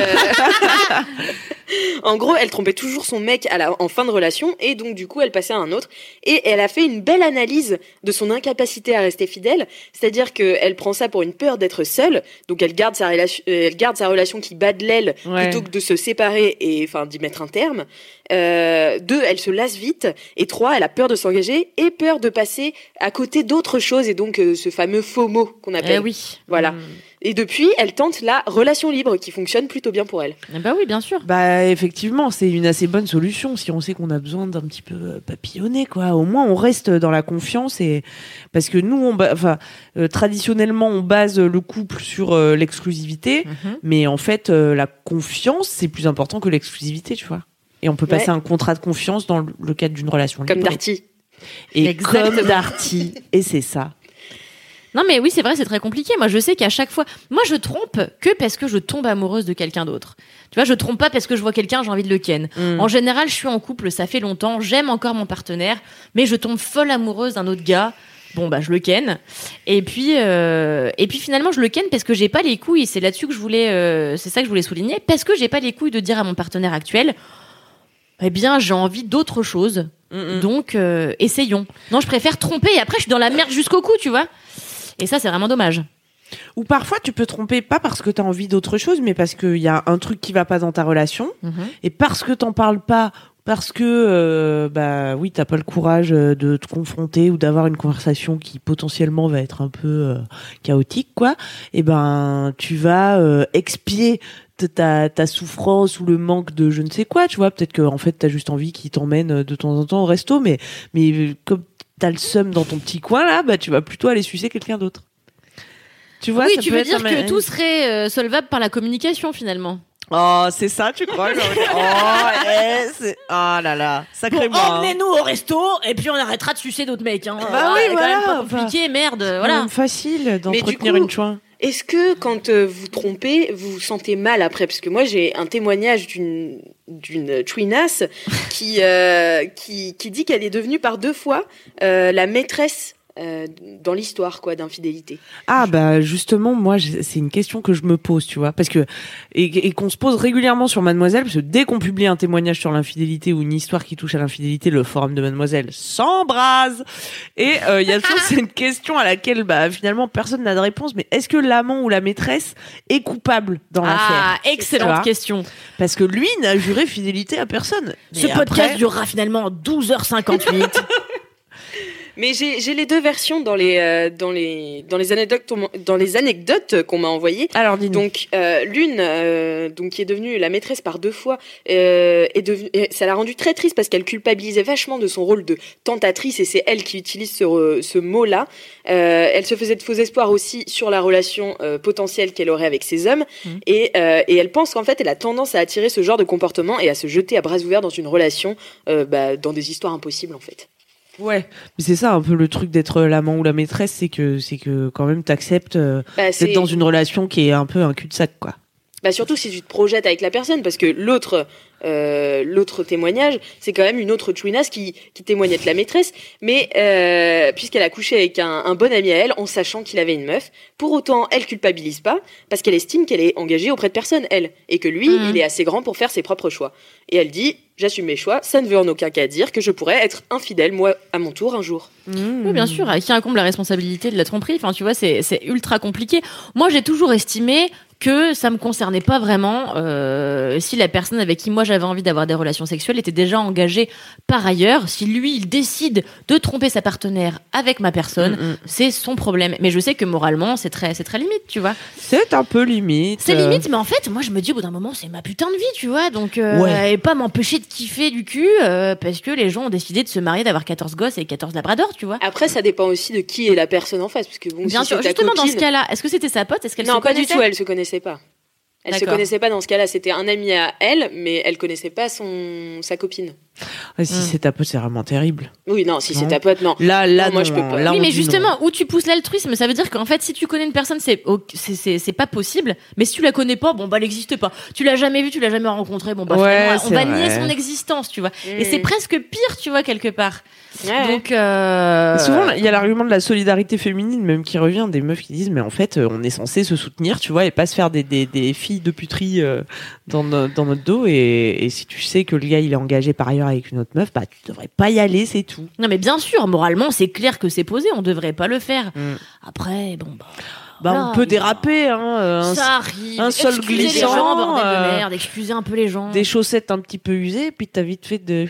en gros, elle trompait toujours son mec à la, en fin de relation et donc du coup, elle passait à un autre. Et elle a fait une belle analyse de son incapacité à rester fidèle, c'est-à-dire qu'elle prend ça pour une peur d'être seule, donc elle garde sa relation, euh, elle garde sa relation qui bat de l'aile Ouais. plutôt que de se séparer et enfin d'y mettre un terme. Euh, deux, elle se lasse vite. Et trois, elle a peur de s'engager et peur de passer à côté d'autres choses et donc euh, ce fameux FOMO qu'on appelle. Eh oui. Voilà. Mm. Et depuis, elle tente la relation libre qui fonctionne plutôt bien pour elle. Eh bah oui, bien sûr. Bah effectivement, c'est une assez bonne solution si on sait qu'on a besoin d'un petit peu euh, papillonner quoi. Au moins on reste dans la confiance et parce que nous on ba- enfin euh, traditionnellement on base le couple sur euh, l'exclusivité, Mhm. mais en fait euh, la confiance c'est plus important que l'exclusivité, tu vois. Et on peut passer Ouais. un contrat de confiance dans le, le cadre d'une relation Comme libre. Darty. Et Exactement. comme Darty et c'est ça. Non mais oui, c'est vrai, c'est très compliqué. Moi, je sais qu'à chaque fois, moi, je trompe que parce que je tombe amoureuse de quelqu'un d'autre. Tu vois, je trompe pas parce que je vois quelqu'un, j'ai envie de le ken. Mm. En général, je suis en couple, ça fait longtemps, j'aime encore mon partenaire, mais je tombe folle amoureuse d'un autre gars. Bon bah je le ken. Et puis euh, et puis finalement je le ken parce que j'ai pas les couilles. C'est là-dessus que je voulais, euh, c'est ça que je voulais souligner, parce que j'ai pas les couilles de dire à mon partenaire actuel, eh bien j'ai envie d'autre chose. Mm, mm. Donc euh, essayons. Non, je préfère tromper et après je suis dans la merde jusqu'au cou, tu vois. Et ça c'est vraiment dommage. Ou parfois tu peux tromper pas parce que t'as envie d'autre chose, mais parce qu'il y a un truc qui va pas dans ta relation. Mhm. Et parce que t'en parles pas, parce que euh, bah oui, t'as pas le courage euh, de te confronter ou d'avoir une conversation qui potentiellement va être un peu euh, chaotique, quoi. Et ben tu vas euh, expier t- ta ta souffrance ou le manque de je ne sais quoi, tu vois. Peut-être que en fait t'as juste envie qu'il t'emmène de temps en temps au resto, mais mais euh, comme t'as le seum dans ton petit coin là, bah tu vas plutôt aller sucer quelqu'un d'autre. Tu vois, oui, ça tu peut veux être dire un- que tout serait euh, solvable par la communication finalement. Oh, c'est ça, tu crois? genre, Oh, eh, c'est... oh là là, sacrément. hein. Emmenez-nous au resto et puis on arrêtera de sucer d'autres mecs. Hein. Bah oui, c'est quand voilà, même pas enfin. compliqué, merde. C'est Voilà. même facile d'entretenir coup- une chouin. Est-ce que quand euh, vous trompez, vous vous sentez mal après? Parce que moi, j'ai un témoignage d'une d'une twinasse qui, euh, qui qui dit qu'elle est devenue par deux fois euh, la maîtresse euh, dans l'histoire quoi d'infidélité. Ah bah justement, moi j'ai- c'est une question que je me pose, tu vois, parce que et, et qu'on se pose régulièrement sur Mademoiselle, parce que dès qu'on publie un témoignage sur l'infidélité ou une histoire qui touche à l'infidélité, le forum de Mademoiselle s'embrase. Et euh, il y a toujours cette question à laquelle bah finalement personne n'a de réponse. Mais est-ce que l'amant ou la maîtresse est coupable dans Ah, l'affaire? Tu excellente vois question. Parce que lui n'a juré fidélité à personne. Ce Mais podcast après- durera finalement douze heures cinquante-huit. Mais j'ai, j'ai les deux versions dans les, euh, dans les, dans les anecdotes, dans les anecdotes qu'on m'a envoyées. Alors, dis-nous. Donc, euh, l'une, euh, donc, qui est devenue la maîtresse par deux fois, euh, est devenue, ça l'a rendue très triste parce qu'elle culpabilisait vachement de son rôle de tentatrice et c'est elle qui utilise ce, ce mot-là. Euh, elle se faisait de faux espoirs aussi sur la relation euh, potentielle qu'elle aurait avec ses hommes mmh. et, euh, et elle pense qu'en fait, elle a tendance à attirer ce genre de comportement et à se jeter à bras ouverts dans une relation, euh, bah, dans des histoires impossibles, en fait. Ouais, mais c'est ça un peu le truc d'être l'amant ou la maîtresse, c'est que c'est que quand même t'acceptes euh, bah, d'être dans une relation qui est un peu un cul-de-sac, quoi. Bah surtout si tu te projettes avec la personne, parce que l'autre, euh, l'autre témoignage, c'est quand même une autre chouinasse qui, qui témoigne être la maîtresse, mais euh, puisqu'elle a couché avec un, un bon ami à elle, en sachant qu'il avait une meuf, pour autant, elle culpabilise pas, parce qu'elle estime qu'elle est engagée auprès de personne, elle, et que lui, mmh. il est assez grand pour faire ses propres choix. Et elle dit, j'assume mes choix, ça ne veut en aucun cas dire que je pourrais être infidèle, moi, à mon tour, un jour. Mmh. Oui, bien sûr, à qui incombe la responsabilité de la tromperie, enfin, tu vois, c'est, c'est ultra compliqué. Moi, j'ai toujours estimé que ça me concernait pas vraiment euh, si la personne avec qui moi j'avais envie d'avoir des relations sexuelles était déjà engagée par ailleurs. Si lui il décide de tromper sa partenaire avec ma personne, mmh. c'est son problème. Mais je sais que moralement c'est très c'est très limite, tu vois. C'est un peu limite. C'est limite, mais en fait moi je me dis au bout d'un moment c'est ma putain de vie, tu vois. Donc euh, ouais. et pas m'empêcher de kiffer du cul euh, parce que les gens ont décidé de se marier, d'avoir quatorze gosses et quatorze labradors, tu vois. Après ça dépend aussi de qui est la personne en face, parce que bon, bien si sûr. c'est ta justement copine... dans ce cas-là, est-ce que c'était sa pote, est-ce qu'elle non, se connaissait? Non, pas du tout, elle se connaissait pas. Elle D'accord. se connaissait pas dans ce cas-là, c'était un ami à elle, mais elle connaissait pas son sa copine. Ah, si mmh. c'est ta pote, c'est vraiment terrible. Oui, non, si non. c'est ta pote, non. Là, là, non, moi non, je peux pas. Là, oui, mais dit justement, non. où tu pousses l'altruisme, ça veut dire qu'en fait, si tu connais une personne, c'est c'est c'est, c'est pas possible. Mais si tu la connais pas, bon bah, elle n'existe pas. Tu l'as jamais vue, tu l'as jamais rencontrée, bon bah, ouais, on va vrai. nier son existence, tu vois. Mmh. Et c'est presque pire, tu vois, quelque part. Ouais. Donc euh... souvent, il y a l'argument de la solidarité féminine, même qui revient, des meufs qui disent, mais en fait, on est censé se soutenir, tu vois, et pas se faire des des, des filles de puterie euh, dans no, dans notre dos. Et, et si tu sais que le gars il est engagé par ailleurs avec une autre meuf, bah tu devrais pas y aller, c'est tout. Non mais bien sûr, moralement c'est clair que c'est posé, on devrait pas le faire. Mm. Après bon bah. Bah voilà, on peut déraper, hein. Un, ça arrive. Un sol excusez glissant, les gens, bordel euh, de merde, excusez un peu les gens. Des chaussettes un petit peu usées, puis t'as vite fait de.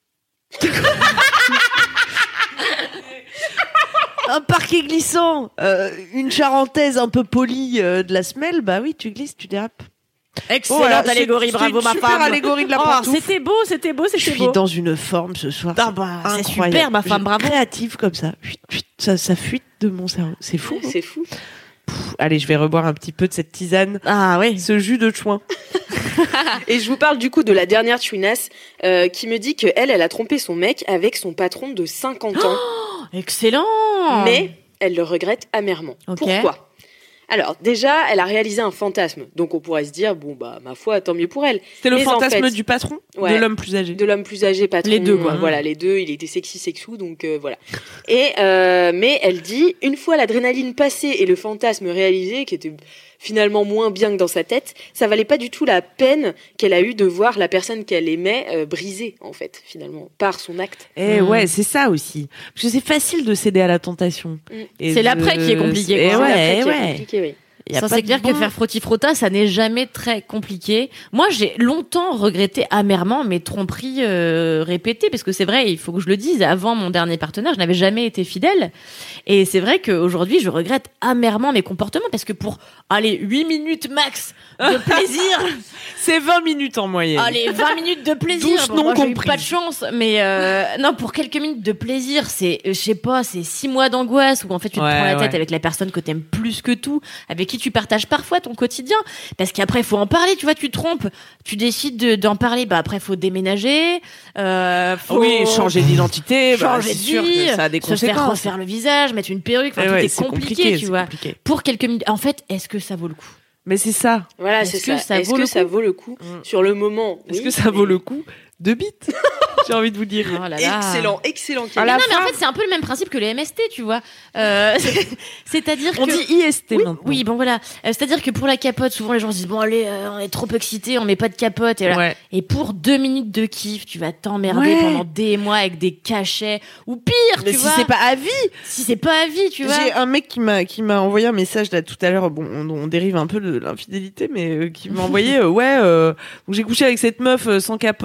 Un parquet glissant, euh, une charentaise un peu polie euh, de la semelle, bah oui, tu glisses, tu dérapes. Excellente voilà, allégorie, c'est, bravo c'est ma super femme. Allégorie de la oh, pantoufle. C'était beau, c'était beau, c'était Je beau. suis dans une forme ce soir. Ah bah, c'est super ma femme, bravo. Créative comme ça. ça, ça fuite de mon cerveau. C'est fou. C'est fou. Pff, allez, je vais reboire un petit peu de cette tisane. Ah oui. Ce jus de chouin. Et je vous parle du coup de la dernière chouinasse euh, qui me dit qu'elle, elle a trompé son mec avec son patron de cinquante ans. Oh, excellent. Mais elle le regrette amèrement. Okay. Pourquoi ? Alors, déjà, elle a réalisé un fantasme. Donc, on pourrait se dire, bon, bah, ma foi, tant mieux pour elle. C'était le Mais fantasme en fait, du patron ouais, de l'homme plus âgé. De l'homme plus âgé, patron. Les deux, quoi. Euh, voilà, les deux. Il était sexy, sexou, donc euh, voilà. Et, euh, mais elle dit, une fois l'adrénaline passée et le fantasme réalisé, qui était finalement moins bien que dans sa tête, ça valait pas du tout la peine qu'elle a eue de voir la personne qu'elle aimait euh, brisée, en fait, finalement, par son acte. Et mmh. ouais, c'est ça aussi. Parce que c'est facile de céder à la tentation. Mmh. Et c'est de... l'après qui est compliqué. Et quoi. ouais, c'est l'après et qui ouais. est compliqué, oui. Ça, c'est clair bon. Que faire frotti-frotta, ça n'est jamais très compliqué. Moi, j'ai longtemps regretté amèrement mes tromperies euh, répétées, parce que c'est vrai, il faut que je le dise, avant mon dernier partenaire, je n'avais jamais été fidèle. Et c'est vrai qu'aujourd'hui, je regrette amèrement mes comportements, parce que pour, allez, huit minutes max de plaisir... c'est vingt minutes en moyenne. Allez, vingt minutes de plaisir. Bon, moi, j'ai eu pas de chance, mais euh, non, pour quelques minutes de plaisir, c'est, je sais pas, c'est six mois d'angoisse, où en fait, tu te ouais, prends la ouais. tête avec la personne que t'aimes plus que tout, avec qui tu partages parfois ton quotidien, parce qu'après il faut en parler, tu vois, tu te trompes, tu décides de, d'en parler, bah après il faut déménager, euh, faut oui, changer d'identité, changer bah, de c'est sûr vie, que ça a des se conséquences. faire refaire le visage, mettre une perruque, enfin tout ouais, est c'est compliqué, compliqué tu c'est vois. Compliqué. Pour quelques minutes, en fait, est-ce que ça vaut le coup? Mais c'est ça. Voilà, est-ce c'est que ça. ça Est-ce vaut que le ça coup vaut le coup mmh. sur le moment? Est-ce oui, que ça mais... vaut le coup de bite? J'ai envie de vous dire. Oh là là. Excellent, excellent. Ah, non, mais en fait, c'est un peu le même principe que les M S T, tu vois. Euh, c'est-à-dire on que... dit I S T oui, maintenant. oui, bon voilà. Euh, c'est-à-dire que pour la capote, souvent les gens se disent bon allez, euh, on est trop excités, on met pas de capote. Et, voilà. Ouais. Et pour deux minutes de kiff, tu vas t'emmerder ouais. pendant des mois avec des cachets ou pire, mais tu si vois. c'est pas à vie. Si c'est pas à vie, tu vois. J'ai un mec qui m'a qui m'a envoyé un message là tout à l'heure. Bon, on, on dérive un peu de l'infidélité, mais euh, qui m'a envoyé euh, ouais, euh, où j'ai couché avec cette meuf euh, sans capote, euh,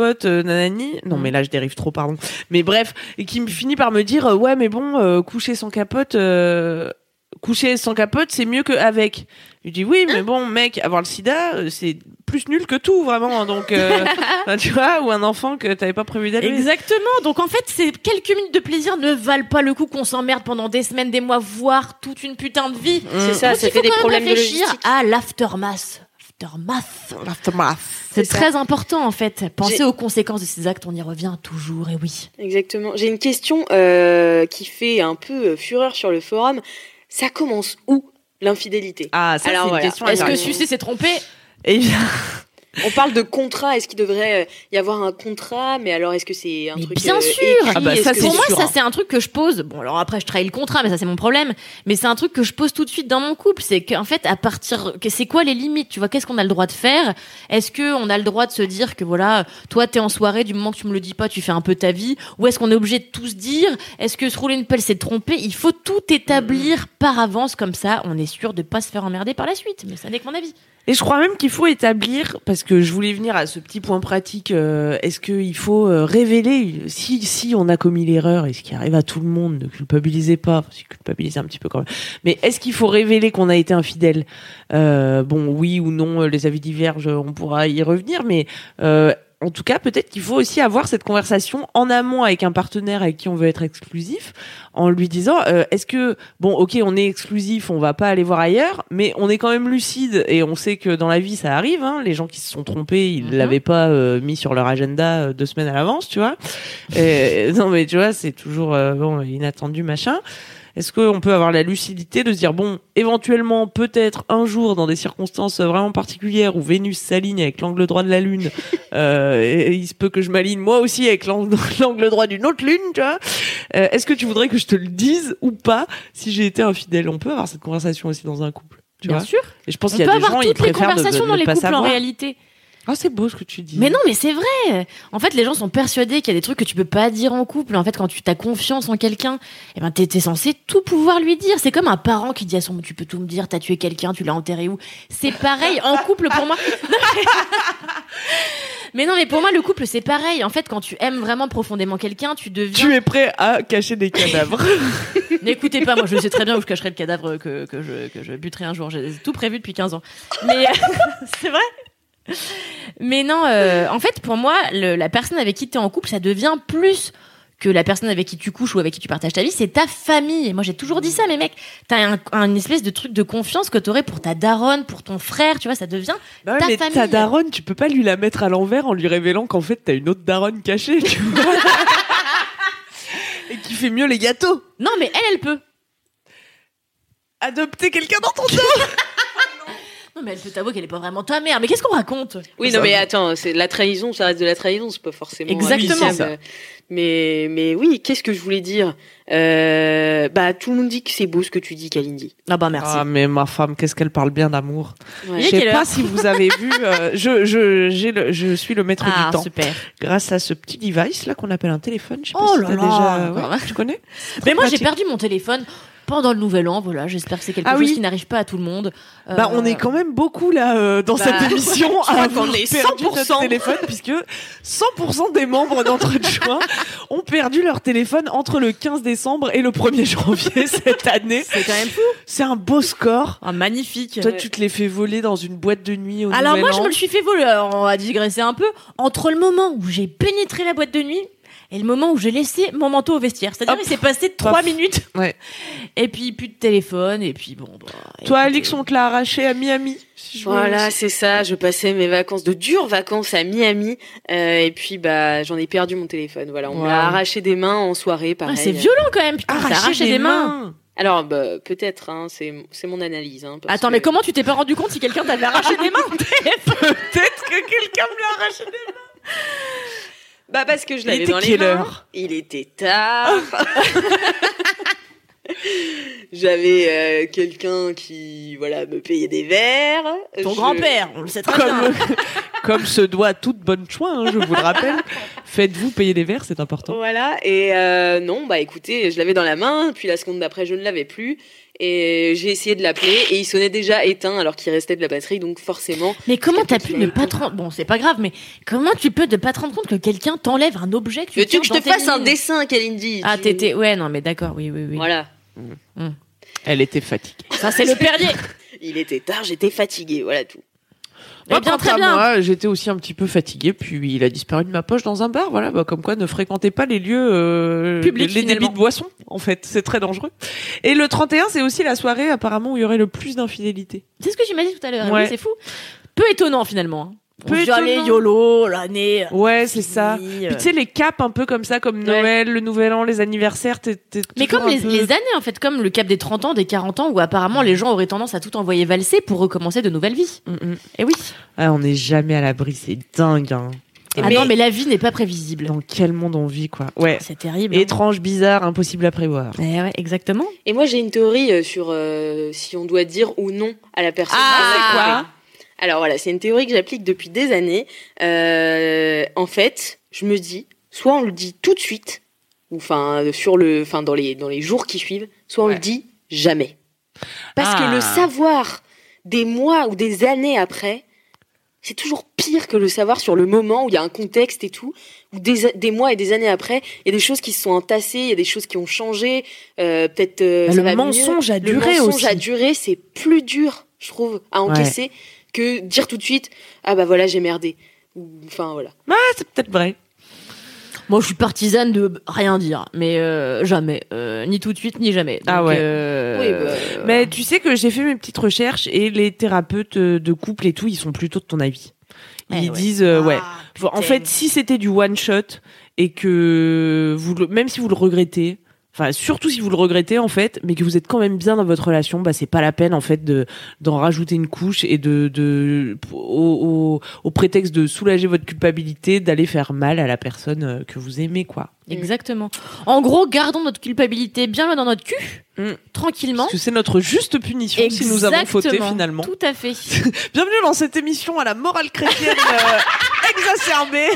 nanani. Non, Mm. mais là, je dérive trop, pardon. Mais bref, et qui me finit par me dire, euh, ouais, mais bon, euh, coucher sans capote, euh, coucher sans capote, c'est mieux qu'avec. Je dis oui, mais bon, mec, avoir le sida, euh, c'est plus nul que tout, vraiment. Donc, euh, enfin, tu vois, ou un enfant que t'avais pas prévu d'élever. Exactement. Donc en fait, ces quelques minutes de plaisir ne valent pas le coup qu'on s'emmerde pendant des semaines, des mois, voire toute une putain de vie. Mm. C'est ça, Donc, ça il fait faut des quand même problèmes de réfléchir logistique. à l'aftermath. Aftermath. L'aftermath. C'est C'est ça. très important en fait. Pensez J'ai- aux conséquences de ces actes, on y revient toujours, et oui. Exactement. J'ai une question euh, qui fait un peu euh, fureur sur le forum. Ça commence où, l'infidélité? Ah, ça, Alors, c'est voilà. une question Est-ce que intéressante. sucer s'est trompé? Et On parle de contrat. Est-ce qu'il devrait euh, y avoir un contrat? Mais alors, est-ce que c'est un Mais truc bien euh, sûr. écrit? Ah bah, Est-ce ça, que c'est Pour moi, sûr, ça hein. c'est un truc que je pose. Bon, alors après, je trahis le contrat, mais ça c'est mon problème. Mais c'est un truc que je pose tout de suite dans mon couple, c'est qu'en fait, à partir, que c'est quoi les limites? Tu vois, qu'est-ce qu'on a le droit de faire? Est-ce que on a le droit de se dire que voilà, toi t'es en soirée, du moment que tu me le dis pas, tu fais un peu ta vie? Ou est-ce qu'on est obligé de tout se dire? Est-ce que se rouler une pelle, c'est tromper? Il faut tout établir par avance, comme ça, on est sûr de pas se faire emmerder par la suite. Mais ça n'est que mon avis. Et je crois même qu'il faut établir, parce que je voulais venir à ce petit point pratique, euh, est-ce qu'il faut euh, révéler, si, si on a commis l'erreur, et ce qui arrive à tout le monde, ne culpabilisez pas, si culpabilisez un petit peu quand même, mais est-ce qu'il faut révéler qu'on a été infidèle? euh, Bon, oui ou non, les avis divergent, on pourra y revenir, mais... Euh, en tout cas, peut-être qu'il faut aussi avoir cette conversation en amont avec un partenaire avec qui on veut être exclusif, en lui disant euh, est-ce que bon, ok, on est exclusif, on va pas aller voir ailleurs, mais on est quand même lucide et on sait que dans la vie ça arrive. Hein, les gens qui se sont trompés, ils Mhm. l'avaient pas euh, mis sur leur agenda euh, deux semaines à l'avance, tu vois. Et, non, mais tu vois, c'est toujours euh, bon, inattendu, machin. Est-ce qu'on peut avoir la lucidité de se dire, bon, éventuellement, peut-être un jour, dans des circonstances vraiment particulières où Vénus s'aligne avec l'angle droit de la Lune, euh, et, et il se peut que je m'aligne moi aussi avec l'angle, l'angle droit d'une autre Lune, tu vois, euh, est-ce que tu voudrais que je te le dise ou pas si j'ai été infidèle? On peut avoir cette conversation aussi dans un couple, tu Bien vois. sûr. Et je pense On qu'il y peut a des avoir gens, ils toutes les préfèrent de, de, conversations de dans ne les pas couples en savoir. réalité. Ah, c'est beau ce que tu dis. Mais non, mais c'est vrai. En fait, les gens sont persuadés qu'il y a des trucs que tu peux pas dire en couple. En fait, quand tu as confiance en quelqu'un, eh ben, t'es, t'es censé tout pouvoir lui dire. C'est comme un parent qui dit à son, tu peux tout me dire, t'as tué quelqu'un, tu l'as enterré où? C'est pareil en couple pour moi. Mais non, mais pour moi, le couple, c'est pareil. En fait, quand tu aimes vraiment profondément quelqu'un, tu deviens... Tu es prêt à cacher des cadavres. N'écoutez pas, moi, je sais très bien où je cacherai le cadavre que, que, je, que je buterai un jour. J'ai tout prévu depuis quinze ans. Mais c'est vrai. Mais non, euh, en fait, pour moi, le, la personne avec qui tu es en couple, ça devient plus que la personne avec qui tu couches ou avec qui tu partages ta vie, c'est ta famille. Et moi, j'ai toujours dit ça, mais mec, t'as un, un espèce de truc de confiance que t'aurais pour ta daronne, pour ton frère, tu vois, ça devient Bah ouais, ta mais famille. ta daronne, tu peux pas lui la mettre à l'envers en lui révélant qu'en fait t'as une autre daronne cachée, tu vois. Et qui fait mieux les gâteaux. Non, mais elle, elle peut. Adopter quelqu'un dans ton dos. Non, mais elle peut t'avouer qu'elle est pas vraiment ta mère. Mais qu'est-ce qu'on raconte? Oui, non, mais attends, c'est la trahison, ça reste de la trahison, c'est pas forcément. Exactement. applicable. C'est ça. Mais, mais oui, qu'est-ce que je voulais dire euh, Bah, tout le monde dit que c'est beau ce que tu dis, Kalindi. Ah bah merci. Ah mais ma femme, qu'est-ce qu'elle parle bien d'amour. Ouais. Il Je est sais quelle pas heure si vous avez vu, euh, je je j'ai le, je suis le maître Ah, du temps super. grâce à ce petit device là qu'on appelle un téléphone. Je sais pas Oh si là t'as là. déjà, ouais, tu connais. Mais moi, j'ai pratique. perdu mon téléphone pendant le nouvel an. Voilà, j'espère que c'est quelque Ah chose oui. qui n'arrive pas à tout le monde. Euh, Bah, on est quand même beaucoup là euh, dans Bah, cette émission je crois à qu'on avoir est perdu cent pour cent. notre téléphone puisque cent pour cent des membres d'entre joints ont perdu leur téléphone entre le quinze décembre et le premier janvier cette année. C'est quand même fou. C'est un beau score. Ah, magnifique. Toi, Ouais. tu te l'es fait voler dans une boîte de nuit au Alors Nouvel moi, je An. me le suis fait voler. Alors, on va digresser un peu. Entre le moment où j'ai pénétré la boîte de nuit et le moment où j'ai laissé mon manteau au vestiaire. C'est-à-dire, Hop. il s'est passé trois Paf. minutes. Ouais. Et puis, plus de téléphone. Et puis, bon, bah... Toi, écoute, Alix, on te l'a arraché à Miami. Si je Voilà, veux- c'est ça. Je passais mes vacances, de dures vacances à Miami, euh, et puis bah j'en ai perdu mon téléphone. Voilà, on me Wow. l'a arraché des mains en soirée, Ah, pareil. c'est violent quand même. Putain, Arracher t'as arraché des des mains. mains. Alors bah peut-être, hein, c'est c'est mon analyse. Hein, parce Attends, que- mais comment tu t'es pas rendu compte si quelqu'un t'avait arraché des mains au téléphone? Peut-être que quelqu'un me l'a arraché des mains. Bah parce que je Il l'avais était dans les quelle mains. heure Il était tard. j'avais euh, quelqu'un qui, voilà, me payait des verres. Ton Je- grand-père, on le sait très Comme, bien. comme se doit à toute bonne chouin, hein, je vous le rappelle. Faites-vous payer des verres, c'est important. Voilà, et euh, non, bah écoutez, je l'avais dans la main, puis la seconde d'après, je ne l'avais plus. Et j'ai essayé de l'appeler et il sonnait déjà éteint alors qu'il restait de la batterie, donc forcément. Mais comment je t'as capte pu qu'il ne avait pas le te rendre... Bon, c'est pas grave, mais comment tu peux ne pas te rendre compte que quelqu'un t'enlève un objet que tu Veux-tu tiens que je dans te tes fasse un lignes dessin, Kalindi? Ah, Tu- t'étais... Ouais, non, mais d'accord, oui, oui, oui. Voilà. Elle était fatiguée. Ça, c'est le perrier. Il était tard, j'étais fatiguée, voilà tout. Eh bien, quant très à bien. Moi, j'étais aussi un petit peu fatiguée, puis il a disparu de ma poche dans un bar. Voilà, bah, comme quoi, ne fréquentez pas les lieux euh, Publics, les finalement. débits de boissons. En fait, c'est très dangereux. Et le trente et un, c'est aussi la soirée apparemment où il y aurait le plus d'infidélité. C'est ce que tu m'as dit tout à l'heure. Ouais. Oui, c'est fou. Peu étonnant, finalement. On Peu se dit, allez, étonnant. YOLO, l'année. Ouais, c'est ça. finie, euh. Puis tu sais, les caps un peu comme ça, comme Noël, le Nouvel An, les anniversaires, t'es, t'es Mais toujours comme un les, peu- les années, en fait, comme le cap des trente ans, des quarante ans, où apparemment les gens auraient tendance à tout envoyer valser pour recommencer de nouvelles vies. Mm, mm. Et oui. Ah, on n'est jamais à l'abri, c'est dingue. Hein. Ah Mais- non, mais la vie n'est pas prévisible. Dans quel monde on vit, quoi. Ouais. C'est terrible. hein. Étrange, bizarre, impossible à prévoir. Eh ouais, exactement. Et moi, j'ai une théorie euh, sur euh, si on doit dire ou non à la personne. Ah, qui c'est l'a quoi trompé. Alors voilà, c'est une théorie que j'applique depuis des années. Euh, en fait, je me dis, soit on le dit tout de suite, ou enfin sur le, enfin dans les dans les jours qui suivent, soit on Ouais. le dit jamais. Parce Ah. que le savoir des mois ou des années après, c'est toujours pire que le savoir sur le moment où il y a un contexte et tout, où des, des mois et des années après, il y a des choses qui se sont entassées, il y a des choses qui ont changé, euh, peut-être euh, Bah, ça le va mensonge mieux. a duré Le mensonge aussi. a duré, c'est plus dur, je trouve, à encaisser que dire tout de suite, ah bah voilà, j'ai merdé. Ou- Enfin voilà. Ah, c'est peut-être vrai. Moi, je suis partisane de rien dire, mais euh, jamais. Euh, ni tout de suite, ni jamais. Ah Donc, ouais. euh, Oui, bah, euh, Mais tu sais que j'ai fait mes petites recherches et les thérapeutes de couple et tout, ils sont plutôt de ton avis. Ils Eh ouais. disent, euh, ouais. Ah, En putain. fait, si c'était du one shot et que vous, le- même si vous le regrettez, enfin surtout si vous le regrettez en fait, mais que vous êtes quand même bien dans votre relation, bah c'est pas la peine en fait de d'en rajouter une couche et de de au, au, au prétexte de soulager votre culpabilité d'aller faire mal à la personne euh, que vous aimez quoi. Exactement. En gros, gardons notre culpabilité bien loin dans notre cul, Mm. tranquillement. Parce que c'est notre juste punition si nous avons fauté Exactement. finalement. Tout à fait. Bienvenue dans cette émission à la morale chrétienne euh, exacerbée.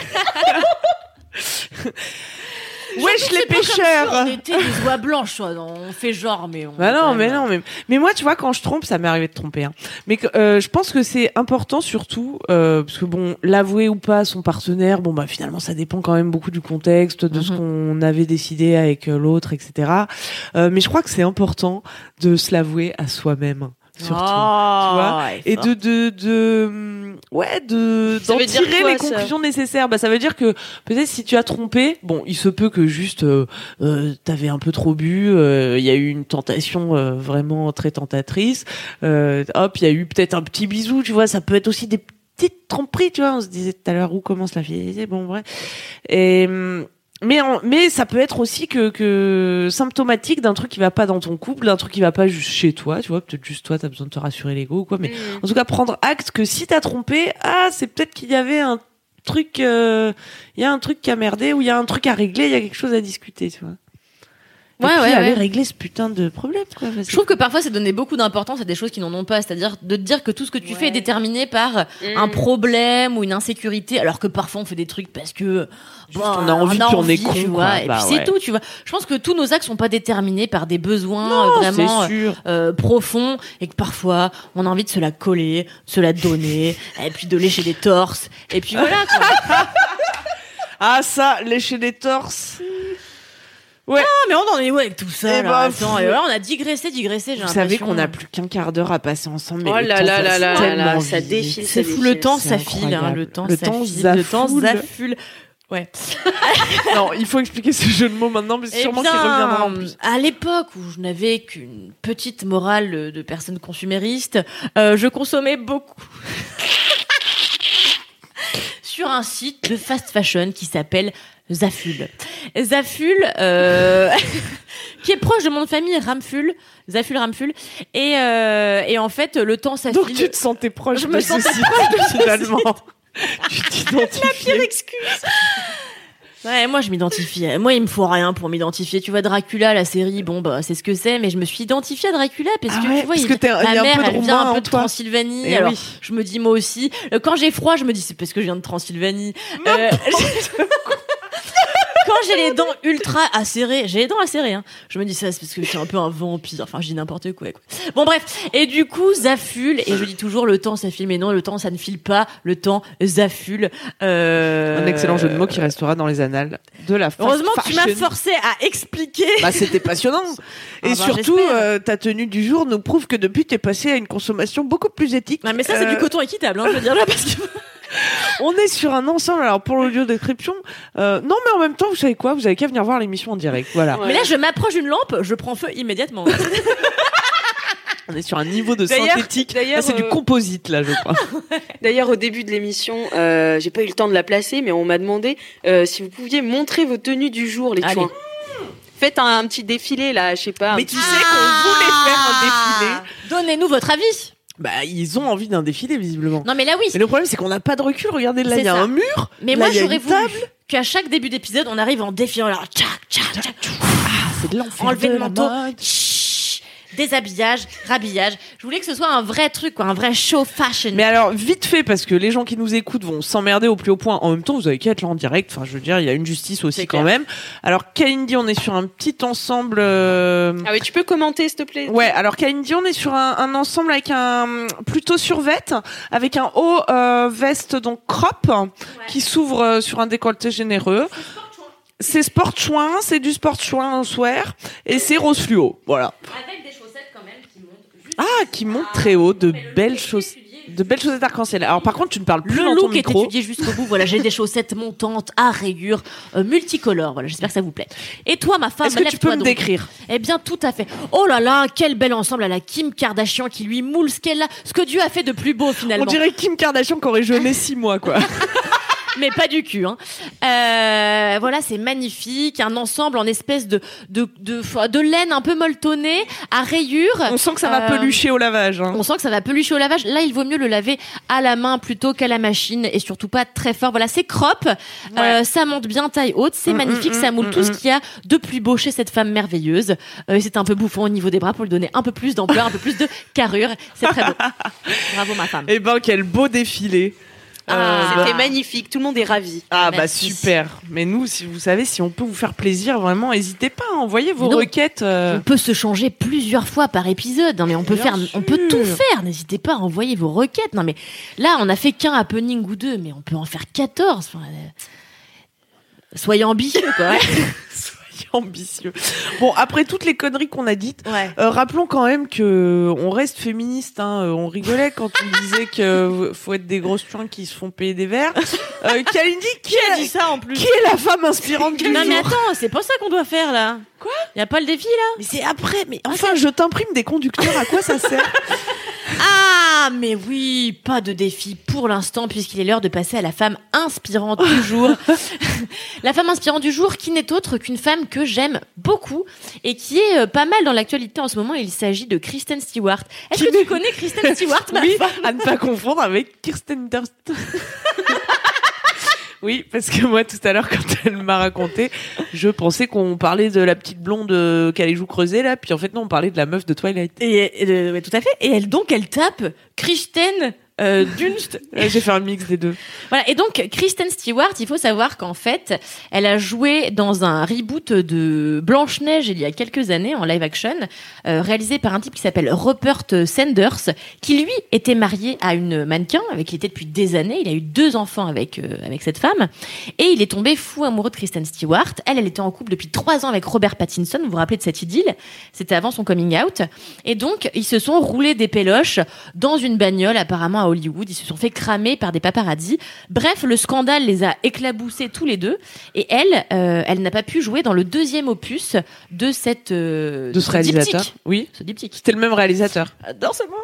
Wesh les On pêcheurs. était des oies blanches, quoi. On fait genre, mais on. Bah non, quand mais même- non, mais mais moi, tu vois, quand je trompe, ça m'est arrivé de tromper. Hein. Mais que, euh, je pense que c'est important surtout euh, parce que bon, l'avouer ou pas à son partenaire, bon bah finalement, ça dépend quand même beaucoup du contexte, de ce Mhm. qu'on avait décidé avec euh, l'autre, et cetera. Euh, mais je crois que c'est important de se l'avouer à soi-même. Surtout, Oh, tu vois, ouais, et fort. de de de hum, ouais de Ça d'en veut dire tirer quoi, les ça conclusions nécessaires. Bah ça veut dire que peut-être si tu as trompé, bon, il se peut que juste euh, euh, t'avais un peu trop bu, euh, il y a eu une tentation euh, vraiment très tentatrice. Euh, hop, il y a eu peut-être un petit bisou, tu vois, ça peut être aussi des petites tromperies, tu vois. On se disait tout à l'heure où commence la fidélité, bon bref. Et hum, mais en, mais ça peut être aussi que, que symptomatique d'un truc qui va pas dans ton couple, d'un truc qui va pas juste chez toi, tu vois, peut-être juste toi t'as besoin de te rassurer l'ego ou quoi, mais Mm. en tout cas prendre acte que si t'as trompé, ah c'est peut-être qu'il y avait un truc, euh, il y a un truc qui a merdé ou il y a un truc à régler, il y a quelque chose à discuter, tu vois. Et Ouais, puis, ouais, aller ouais. régler ce putain de problème, quoi. parce Je trouve que parfois c'est donner beaucoup d'importance à des choses qui n'en ont pas, c'est-à-dire de te dire que tout ce que tu Ouais. fais est déterminé par Mm. un problème ou une insécurité, alors que parfois on fait des trucs parce que Juste bon, on a envie, puis on est con, tu quoi. vois, et Bah puis c'est ouais. tout, tu vois. Je pense que tous nos actes sont pas déterminés par des besoins Non, euh, vraiment c'est sûr. euh, profonds et que parfois on a envie de se la coller, de se la donner, et puis de lécher des torses, et puis voilà quoi. Ah ça, lécher des torses. Ouais. Ah, mais on en est où avec tout ça Eh là ben, Attends, pff. et voilà, on a digressé, digressé, j'ai Vous savez l'impression. qu'on a plus qu'un quart d'heure à passer ensemble. Mais Oh le là temps là passe là là là tellement là, ça vite. défile, C'est ça fou, le défile. temps C'est ça file, hein, incroyable. le temps Le ça temps file, le temps zaffoule. zaffule. Ouais. Non, il faut expliquer ce jeu de mots maintenant, mais Eh sûrement bien, qu'il reviendra en plus. à l'époque où je n'avais qu'une petite morale de personne consumériste, euh, je consommais beaucoup sur un site de fast fashion qui s'appelle Zaful. Zaful, euh, qui est proche de mon nom de famille, Ramful, Zaful Ramful, et et, et en fait le temps ça Donc file. tu te sentais proche Je de me ce sentais site, finalement. Tu t'identifiais. Excuse. Ouais, moi je m'identifie. Moi il me faut rien pour m'identifier. Tu vois Dracula, la série, bon bah c'est ce que c'est, mais je me suis identifiée à Dracula parce Ah que ouais, tu vois, parce il, que t'es- ma il y a un mère, peu de elle vient roumain un en peu de toi. Transylvanie. Eh alors oui. je me dis moi aussi. Euh, Quand j'ai froid, je me dis c'est parce que je viens de Transylvanie. Euh, Quand j'ai les dents ultra acérées, j'ai les dents acérées, hein. Je me dis ça, c'est parce que je suis un peu un vampire. Enfin, je dis n'importe quoi, quoi. Bon, bref. Et du coup, Zafule. Et je dis toujours, le temps, ça file. Mais non, le temps, ça ne file pas. Le temps, Zafule. Euh... Un excellent jeu de mots qui restera dans les annales de la fast Heureusement que tu m'as fashion. forcé à expliquer. Bah, c'était passionnant. Et bah, surtout, j'espère. euh, ta tenue du jour nous prouve que depuis, t'es passé à une consommation beaucoup plus éthique. Non, mais ça, c'est Euh, du coton équitable, hein, je veux dire là, parce que. On est sur un ensemble. Alors, pour l'audio description, euh, non, mais en même temps, vous savez quoi? Vous avez qu'à venir voir l'émission en direct. Voilà. Ouais. Mais là, je m'approche d'une lampe, je prends feu immédiatement. On est sur un niveau de D'ailleurs- synthétique. d'ailleurs, Là, c'est du euh, composite, là, je crois. D'ailleurs, au début de l'émission, euh, j'ai pas eu le temps de la placer, mais on m'a demandé euh, si vous pouviez montrer vos tenues du jour, les Allez. chouins. Faites un, un petit défilé, là, je sais pas. Mais tu sais qu'on voulait faire un défilé. Donnez-nous votre avis. Bah, ils ont envie d'un défilé, visiblement. Non, mais là, oui. Mais le problème, c'est qu'on n'a pas de recul. Regardez, là, C'est il y a ça. un mur. Mais là, moi, il y a j'aurais une voulu table. qu'à chaque début d'épisode, on arrive en défiant. Alors, tchac, tchac, tchac. C'est de l'enfer. Enlever de le la manteau. mode. Chut, déshabillage, rhabillage. Je voulais que ce soit un vrai truc, quoi, un vrai show fashion. Mais alors, vite fait, parce que les gens qui nous écoutent vont s'emmerder au plus haut point. En même temps, vous avez qu'à être là en direct. Enfin, je veux dire, il y a une justice aussi C'est quand clair. même. Alors, Kalindi, on est sur un petit ensemble. euh, Ah oui, tu peux commenter, s'il te plaît. Ouais, alors Kalindi, on est sur un, un ensemble avec un plutôt survêt, avec un haut euh, veste donc crop qui s'ouvre euh, sur un décolleté généreux. C'est sport chouin, c'est du sport chouin swear et c'est rose fluo. Voilà. Avec des chaussettes quand même qui montent juste. Ah, qui monte très haut, de belles choses. De belles chaussettes arc-en-ciel. Alors par contre, tu ne parles plus Le dans ton look est micro. étudié jusqu'au bout. Voilà, j'ai des chaussettes montantes à rayures, euh, multicolores. Voilà, j'espère que ça vous plaît. Et toi, ma femme, Est-ce que tu peux lève-toi me donc. décrire? Eh bien, tout à fait. Oh là là, quel bel ensemble à la Kim Kardashian qui lui moule ce qu'elle a, ce que Dieu a fait de plus beau finalement. On dirait Kim Kardashian qui aurait jeûné six mois, quoi. Mais pas du cul, hein. Euh, voilà, c'est magnifique, un ensemble en espèce de de de, de laine un peu molletonnée à rayures. On sent que ça va Euh, pelucher au lavage. Hein. On sent que ça va pelucher au lavage. Là, il vaut mieux le laver à la main plutôt qu'à la machine et surtout pas très fort. Voilà, c'est crop, euh, ça monte bien taille haute, c'est Mm, magnifique, mm, ça moule mm, tout mm. ce qu'il y a de plus beau chez cette femme merveilleuse. Euh, c'est un peu bouffon au niveau des bras pour lui donner un peu plus d'ampleur, un peu plus de carrure. C'est très beau. Bravo ma femme. Eh ben, quel beau défilé. Ah. bah- C'était magnifique, tout le monde est ravi. Ah bah Merci. super. Mais nous, si vous savez, si on peut vous faire plaisir, vraiment, n'hésitez pas à envoyer vos Mais non. requêtes. euh. On peut se changer plusieurs fois par épisode. Non, mais on peut Bien faire, on peut sûr. tout faire. N'hésitez pas à envoyer vos requêtes. Non, mais là, on a fait qu'un happening ou deux, mais on peut en faire quatorze. Enfin, euh, soyez ambitieux, quoi. Soyez ambitieux. Bon, après toutes les conneries qu'on a dites, Ouais. euh, rappelons quand même que on reste féministe. Hein. Euh, On rigolait quand on disait que faut être des grosses chouins qui se font payer des verres. Euh, Kalindi, qui, Qui a est- dit ça en plus qui est la femme inspirante du Non, jour? mais attends, c'est pas ça qu'on doit faire là. Quoi? Y a pas le défi là? Mais c'est après. Mais enfin, je t'imprime des conducteurs. À quoi ça sert? Ah, mais oui, pas de défi pour l'instant, puisqu'il est l'heure de passer à la femme inspirante du jour. La femme inspirante du jour, qui n'est autre qu'une femme que j'aime beaucoup et qui est euh, pas mal dans l'actualité en ce moment. Il s'agit de Kristen Stewart. Est-ce que tu connais Kristen Stewart, ma Oui, femme à ne pas confondre avec Kirsten Dunst. Oui, parce que moi, tout à l'heure, quand elle m'a raconté, je pensais qu'on parlait de la petite blonde euh, qui a les joues creusées, là, puis en fait, non, on parlait de la meuf de Twilight. Et, et, euh, ouais, tout à fait. Et elle, donc, elle tape Kristen euh, Dunst. Ouais, j'ai fait un mix des deux. Voilà. Et donc, Kristen Stewart, il faut savoir qu'en fait, elle a joué dans un reboot de Blanche-Neige il y a quelques années en live action, euh, réalisé par un type qui s'appelle Rupert Sanders, qui lui était marié à une mannequin avec qui il était depuis des années. Il a eu deux enfants avec euh, avec cette femme et il est tombé fou amoureux de Kristen Stewart. Elle, elle était en couple depuis trois ans avec Robert Pattinson. Vous vous rappelez de cette idylle? C'était avant son coming out. Et donc, ils se sont roulés des péloches dans une bagnole apparemment à Hollywood. Ils se sont fait cramer par des paparazzis. Bref, le scandale les a éclaboussés tous les deux. Et elle, euh, elle n'a pas pu jouer dans le deuxième opus de cette euh, De ce réalisateur. diptyque. Oui. Ce diptyque. C'était le même réalisateur. Non seulement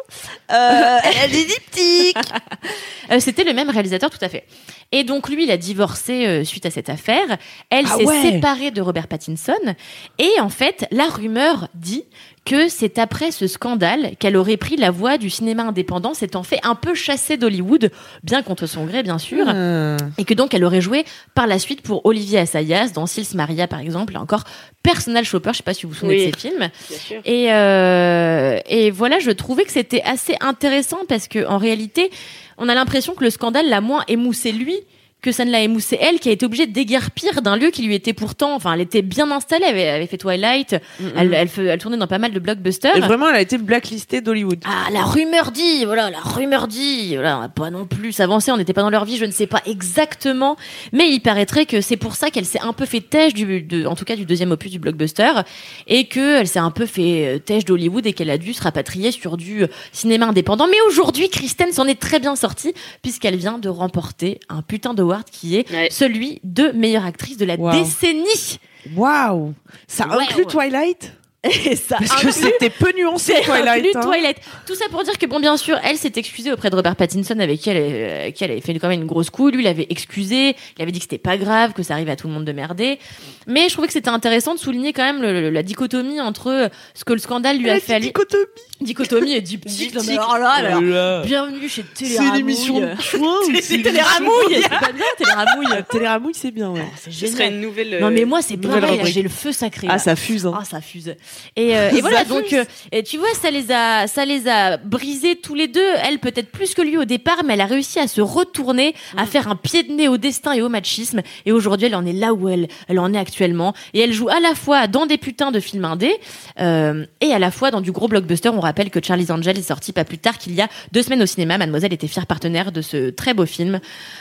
Euh, Elle a des diptyques. euh, C'était le même réalisateur, tout à fait. Et donc lui, il a divorcé euh, suite à cette affaire. Elle Ah s'est ouais. séparée de Robert Pattinson. Et en fait, la rumeur dit que c'est après ce scandale qu'elle aurait pris la voie du cinéma indépendant, s'étant fait un peu chasser d'Hollywood, bien contre son gré, bien sûr. Ah. Et que donc elle aurait joué par la suite pour Olivier Assayas dans Sils Maria par exemple, et encore Personal Shopper, je sais pas si vous vous souvenez Oui. de ces films. Bien sûr. Et euh, et voilà, je trouvais que c'était assez intéressant parce que en réalité, on a l'impression que le scandale l'a moins émoussé lui que ça ne l'a émoussé elle, qui a été obligée de déguerpir d'un lieu qui lui était pourtant, enfin, elle était bien installée, elle avait, elle avait fait Twilight, Mm-hmm. elle, elle, fe- elle tournait dans pas mal de blockbusters. Et vraiment, elle a été blacklistée d'Hollywood. Ah, la rumeur dit, voilà, la rumeur dit, voilà, on va pas non plus s'avancer, on n'était pas dans leur vie, je ne sais pas exactement, mais il paraîtrait que c'est pour ça qu'elle s'est un peu fait têche du, de, en tout cas du deuxième opus du blockbuster, et que elle s'est un peu fait têche d'Hollywood et qu'elle a dû se rapatrier sur du cinéma indépendant. Mais aujourd'hui, Kristen s'en est très bien sortie puisqu'elle vient de remporter un putain d'award qui est Ouais. celui de meilleure actrice de la Wow. décennie. Waouh. Ça Ouais, inclut ouais. Twilight? Et ça Parce que inclut- c'était peu nuancé, C'est Twilight. inclus hein. Twilight. Tout ça pour dire que, bon, bien sûr, elle s'est excusée auprès de Robert Pattinson avec qui elle, euh, qui elle avait fait quand même une grosse couille. Lui, il avait excusé. Il avait dit que c'était pas grave, que ça arrive à tout le monde de merder. Mais je trouvais que c'était intéressant de souligner quand même le- le- la dichotomie entre ce que le scandale lui Elle a a fait à dit lui. dichotomie. Dichotomie et diptyque. Non, mais Diptyque. alors là, alors, Là. bienvenue chez C'est Téléramouille. l'émission de chouin. ou C'est Téléramouille. C'est pas bien, Téléramouille. Téléramouille, c'est bien, ouais. C'est Ce serait génial. une nouvelle. euh, Non, mais moi, c'est nouvelle pareil. Là, rubrique. j'ai le feu sacré. Ah, là. ça fuse, hein. Ah, ça fuse. Et, euh, et voilà, Ça donc, fuse. euh, et tu vois, ça les a, ça les a brisés tous les deux. Elle, peut-être plus que lui au départ, mais elle a réussi à se retourner, à faire un pied de nez au destin et au machisme. Et aujourd'hui, elle en est là où elle, elle en est actuellement. Et elle joue à la fois dans des putains de films indés, euh, et à la fois dans du gros blockbuster. On rappelle que Charlie's Angels est sorti pas plus tard qu'il y a deux semaines au cinéma. Mademoiselle était fière partenaire de ce très beau film.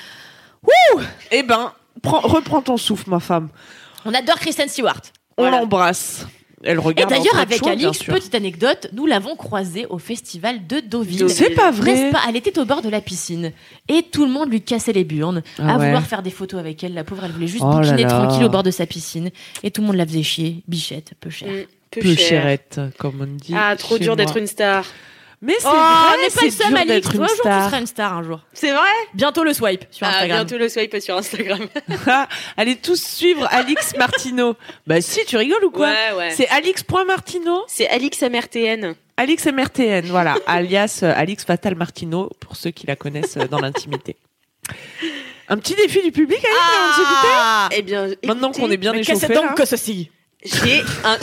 Eh ben, prends- reprends ton souffle, ma femme. On adore Kristen Stewart. On Voilà. l'embrasse. Elle Et regarde. d'ailleurs, Entrée de avec choix, bien Alix, sûr. petite anecdote, nous l'avons croisée au festival de Deauville. C'est pas vrai. N'est-ce pas? Elle était au bord de la piscine et tout le monde lui cassait les burnes Ah à ouais. vouloir faire des photos avec elle. La pauvre, elle voulait juste Oh là bouquiner là. tranquille au bord de sa piscine et tout le monde la faisait chier. Bichette, peu cher. mm, peu, Peu cher. chérette, comme on dit. Ah, trop chez dur moi. d'être une star. Mais c'est Oh, vrai, on n'est pas c'est le seul, dur Alix. d'être Un une jour, tu star. seras une star un jour. C'est vrai. Bientôt le swipe sur Ah, Instagram. bientôt le swipe sur Instagram. Ah, allez tous suivre Alix Martineau. Bah si, tu rigoles ou quoi? Ouais, ouais. C'est alix.martineau. C'est Alix M R T N. Alix M R T N, voilà, alias euh, Alix Fatal Martineau, pour ceux qui la connaissent euh, dans l'intimité. Un petit défi du public, Alix, avant de se quitter. Ah, Eh bien, Maintenant écoutez, qu'on est bien mais qu'est-ce échauffé, donc là. que ceci? j'ai un.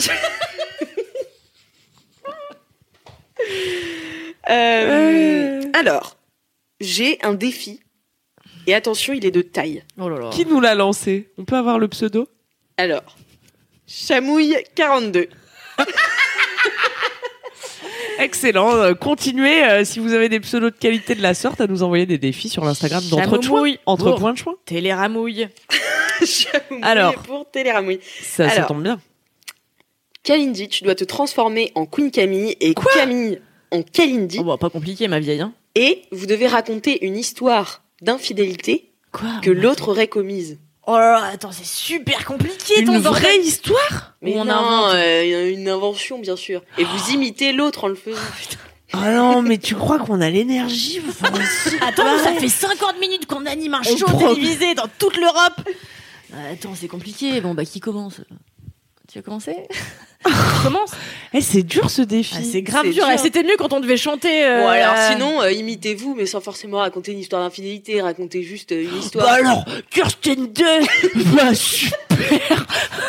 Euh, Euh. Alors, j'ai un défi. Et attention, il est de taille. Oh là là. Qui nous l'a lancé? On peut avoir le pseudo? Alors, Chamouille quarante-deux. Excellent. Euh, continuez, euh, si vous avez des pseudos de qualité de la sorte, à nous envoyer des défis sur l'Instagram d'Entre Chamouille. Entre Bon. Points de Choix. Téléramouille. Chamouille Alors. pour Téléramouille. Ça, ça Alors. tombe bien. Kalindi, tu dois te transformer en Queen Camille et Camille en Kalindi. Oh, bah, pas compliqué, ma vieille, hein. Et vous devez raconter une histoire d'infidélité Quoi? que l'autre aurait commise. Oh là là, attends, c'est super compliqué ton Une bordel. vraie histoire? Mais Ou on non, invente. euh, une invention, bien sûr. Et vous imitez l'autre en le faisant. Ah non, mais tu crois qu'on a l'énergie? Vous faites aussi Attends, pareil. ça fait cinquante minutes qu'on anime un On show prend- télévisé dans toute l'Europe. Euh, Attends, c'est compliqué. Bon, bah, qui commence? Tu veux commencer? Je commence. Eh, c'est dur ce défi. Ah, c'est grave C'est dur. dur. Eh, C'était mieux quand on devait chanter. euh, Bon, alors euh, sinon, euh, imitez-vous, mais sans forcément raconter une histoire d'infidélité. Racontez juste euh, une histoire. Bah alors, Kirsten deux, bah super.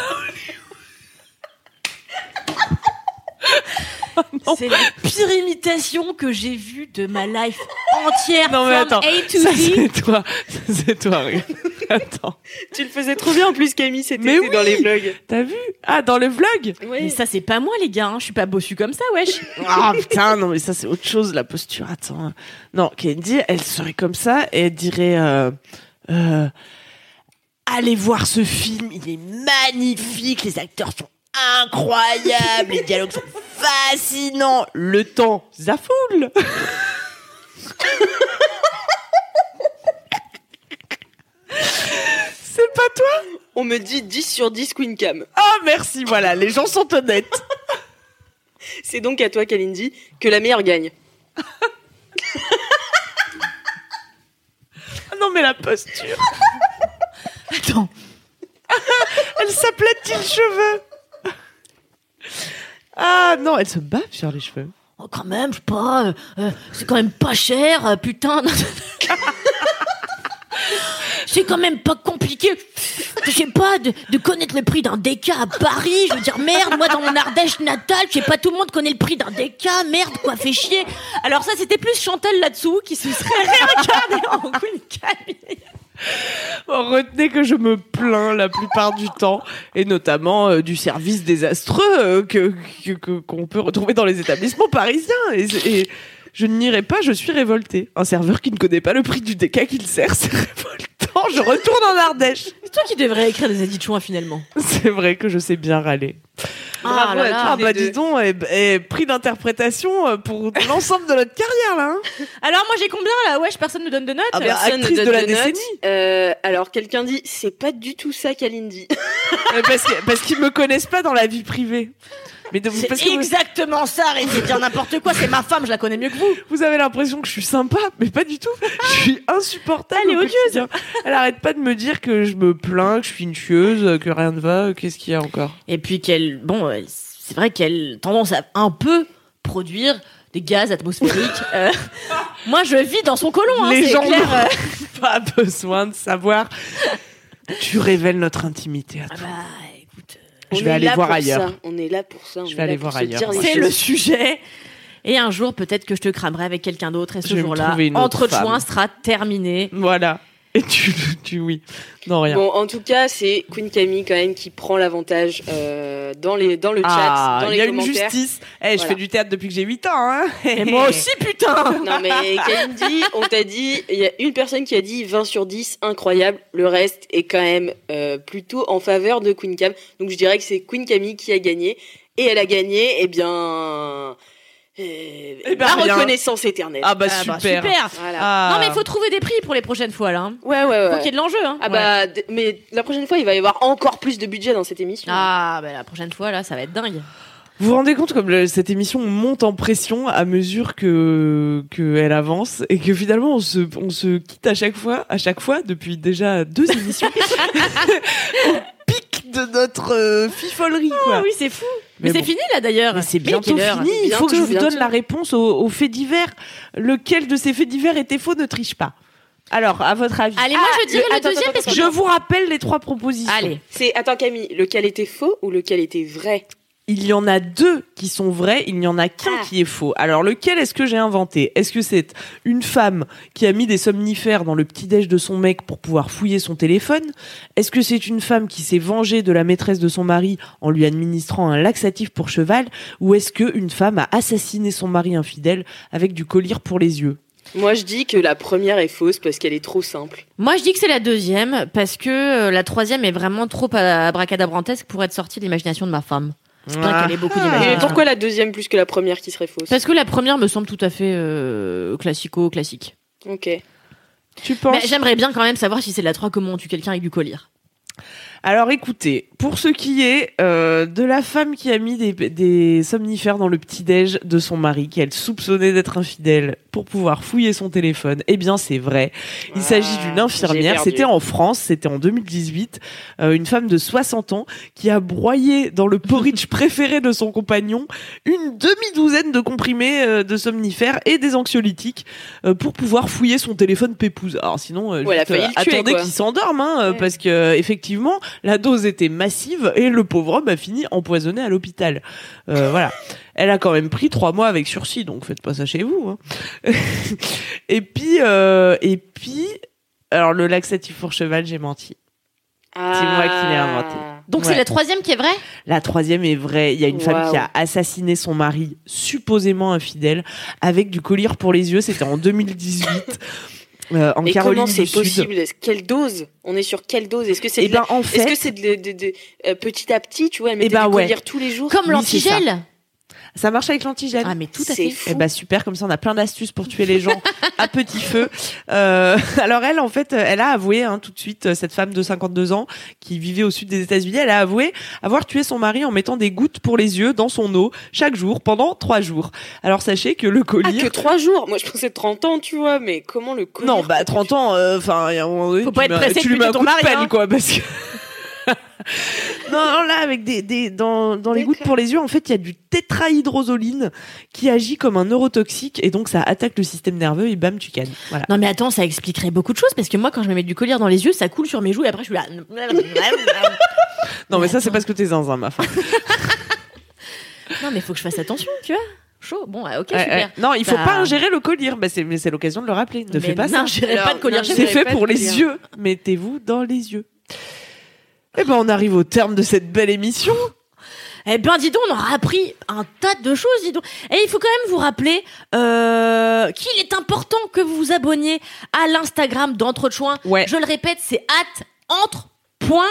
C'est la pire imitation que j'ai vue de ma life entière. Non mais from attends, A to ça Z. c'est toi, ça c'est toi. Regarde. Attends, Tu le faisais trop bien en plus, Camille, cet Mais été oui. dans les vlogs. t'as vu? Ah, dans le vlog. Mais ça, c'est pas moi, les gars. hein. Je suis pas bossu comme ça, wesh. Ah putain, non mais ça c'est autre chose la posture. Attends, non, Candy, elle serait comme ça et elle dirait, euh, euh, allez voir ce film, il est magnifique, les acteurs sont incroyables, les dialogues sont fascinants, le temps zafoule. C'est pas toi? On me dit dix sur dix Queen Cam. Ah merci, voilà, les gens sont honnêtes. C'est donc à toi, Kalindi, que la meilleure gagne. Non mais la posture. Attends. Elle s'aplatit le cheveu. Ah non, elle se bave sur les cheveux. Oh, quand même, je sais pas, euh, euh, c'est quand même pas cher, euh, putain. C'est quand même pas compliqué, je sais pas, de, de connaître le prix d'un déca à Paris. Je veux dire, merde, moi dans mon Ardèche natale, je sais pas, tout le monde connaît le prix d'un déca, merde, quoi, fait chier. Alors ça, c'était plus Chantal là-dessous qui se serait réincarnée en Queen Camille. Bon, retenez que je me plains la plupart du temps, et notamment euh, du service désastreux euh, que, que, que- qu'on peut retrouver dans les établissements parisiens. Et, et je n'irai pas, je suis révoltée. Un serveur qui ne connaît pas le prix du déca qu'il sert, c'est révoltant. Je retourne en Ardèche. C'est toi qui devrais écrire des édits de chouin, finalement. C'est vrai que je sais bien râler. Ah là là. Ah bah dis donc, et, et prix d'interprétation euh, pour l'ensemble de notre carrière là. Hein. Alors moi j'ai combien là? Wesh, personne ne donne de notes. Ah bah, Personne ne actrice donne de la de notes. décennie. Euh, alors quelqu'un dit c'est pas du tout ça qu'Aline dit. Euh, parce que, parce qu'ils me connaissent pas dans la vie privée. Mais de, C'est parce que vous- exactement ça, arrêtez de dire n'importe quoi, c'est ma femme, je la connais mieux que vous. Vous avez l'impression que je suis sympa, mais pas du tout. Je suis insupportable. Elle est au quotidien. Elle arrête pas de me dire que je me plains, que je suis une chieuse, que rien ne va. Qu'est-ce qu'il y a encore? Et puis qu'elle, bon, euh, c'est vrai qu'elle a tendance à un peu produire des gaz atmosphériques. Euh, moi, je vis dans son côlon, hein, Les c'est gens clair. n'ont euh. pas besoin de savoir. Tu révèles notre intimité à Ah toi. bah, écoute, Je On vais est aller là voir pour ailleurs. ça. On est là pour ça. on Je est vais là aller pour voir se dire ailleurs. les c'est choses. le sujet. Et un jour, peut-être que je te cramerai avec quelqu'un d'autre, et ce Je vais me jour-là, trouver une autre Entre femme. Chouins sera terminé. Voilà. Et tu, tu, oui. Non, rien. Bon, en tout cas, c'est Queen Camille quand même qui prend l'avantage euh, dans les dans le chat, Ah, dans il les y a une commentaires. justice. Eh, je Voilà. fais du théâtre depuis que j'ai huit ans, hein. Et moi aussi, putain. Non mais Kalindi, on t'a dit, il y a une personne qui a dit vingt sur dix, incroyable. Le reste est quand même euh, plutôt en faveur de Queen Cam. Donc je dirais que c'est Queen Camille qui a gagné. Et elle a gagné, eh bien, euh, Eh ben, la rien. reconnaissance éternelle. Ah bah Ah bah, super. super. Voilà. Ah. Non mais il faut trouver des prix pour les prochaines fois là. Hein. Ouais, ouais, Faut ouais. qu'il y ait de l'enjeu. Hein. Ah bah, d- mais la prochaine fois, il va y avoir encore plus de budget dans cette émission. Ah bah la prochaine fois là, ça va être dingue. Vous vous rendez compte comme le- cette émission monte en pression à mesure que qu'elle avance et que finalement on se on se quitte à chaque fois à chaque fois depuis déjà deux émissions au pic de notre euh, fifolerie quoi. Ah oui, c'est fou. Mais, Mais c'est bon. fini là d'ailleurs. Mais c'est Mais bientôt quelle heure fini. Il faut que je Bientôt, vous donne bientôt. la réponse aux, aux faits divers. Lequel de ces faits divers était faux? Ne triche pas. Alors, à votre avis. Allez, moi je dirais le- le, attends, deuxième attends, parce que Je vous rappelle les trois propositions. Allez. C'est, attends Camille, lequel était faux ou lequel était vrai? Il y en a deux qui sont vrais, il n'y en a qu'un Ah. qui est faux. Alors lequel est-ce que j'ai inventé? Est-ce que c'est une femme qui a mis des somnifères dans le petit-déj de son mec pour pouvoir fouiller son téléphone? Est-ce que c'est une femme qui s'est vengée de la maîtresse de son mari en lui administrant un laxatif pour cheval? Ou est-ce que une femme a assassiné son mari infidèle avec du collyre pour les yeux? Moi, je dis que la première est fausse parce qu'elle est trop simple. Moi je dis que c'est la deuxième parce que euh, la troisième est vraiment trop abracadabrantesque pour être sortie de l'imagination de ma femme. C'est bien Ah. qu'elle ait beaucoup Et d'imagination. pourquoi la deuxième plus que la première qui serait fausse? Parce que la première me semble tout à fait euh, classico-classique. Ok. Tu penses? Mais j'aimerais bien quand même savoir si c'est de la trois comment on tue quelqu'un avec du collyre. Alors écoutez, pour ce qui est euh, de la femme qui a mis des, des somnifères dans le petit-déj de son mari, qu'elle soupçonnait d'être infidèle pour pouvoir fouiller son téléphone, eh bien c'est vrai. Il Ah, s'agit d'une j'ai infirmière, perdu. c'était en France, c'était en deux mille dix-huit, euh, une femme de soixante ans qui a broyé dans le porridge préféré de son compagnon une demi-douzaine de comprimés euh, de somnifères et des anxiolytiques euh, pour pouvoir fouiller son téléphone pépouze. Alors sinon, euh, Ouais, elle a juste, failli euh, le tuer, attendez quoi. qu'il s'endorme, hein, euh, Ouais. parce que euh, effectivement, la dose était massive et le pauvre homme a fini empoisonné à l'hôpital. Euh, voilà. Elle a quand même pris trois mois avec sursis, donc faites pas ça chez vous. Hein. et puis, euh, et puis, alors le laxatif pour cheval, j'ai menti. C'est moi qui l'ai inventé. Donc Ouais. c'est la troisième qui est vraie. La troisième est vraie. Il y a une femme Waouh. qui a assassiné son mari, supposément infidèle, avec du collyre pour les yeux. C'était en deux mille dix-huit. Euh, en Mais Caroline comment c'est du Sud. possible? Est-ce- Quelle dose? On est sur quelle dose? Est-ce que c'est Eh de la- ben en Est-ce que fait, c'est de, de- de- euh, petit à petit, tu vois, elle mettait ben du ouais. collyre tous les jours? Comme Oui, c'est ça. l'antigel. Ça marche avec l'antigène. Ah mais tout à C'est fait. fou. Eh ben super, comme ça on a plein d'astuces pour tuer les gens à petit feu. Euh, alors elle, en fait, elle a avoué hein, tout de suite, cette femme de cinquante-deux ans qui vivait au sud des États-Unis, elle a avoué avoir tué son mari en mettant des gouttes pour les yeux dans son eau chaque jour pendant trois jours. Alors sachez que le Ah, collier... que trois jours. Moi, je pensais trente ans, tu vois, mais comment le collier non, bah trente ans, enfin, euh, Faut tu pas être mets- pressé tu de lui mets un buter coup ton de mari, pelle, hein. quoi, parce que... non, non, là, avec des, des, dans, dans les D'accord. gouttes pour les yeux, en fait, il y a du tétrahydrozoline qui agit comme un neurotoxique et donc ça attaque le système nerveux et bam, tu cannes. Voilà. Non mais attends, ça expliquerait beaucoup de choses parce que moi quand je me mets du collier dans les yeux, ça coule sur mes joues et après je suis là. Non, mais ça, c'est attends. parce que t'es zinzin, ma femme. Non mais faut que je fasse attention, tu vois. Chaud. Bon, ouais, ok, Ouais, super. ouais. Non, il faut Bah. pas ingérer le collier. Bah, c'est, mais c'est l'occasion de le rappeler. Ne Mais fais pas non, ça. j'irai Alors, pas de collier non, chez C'est moi. fait pas pour de les collier. yeux. Mettez-vous dans les yeux. Eh ben, on arrive au terme de cette belle émission. Eh bien, dis donc, on aura appris un tas de choses, dis donc. Et il faut quand même vous rappeler euh, qu'il est important que vous vous abonniez à l'Instagram d'Entre-Chouin. Ouais. Je le répète, c'est at entre.chouin.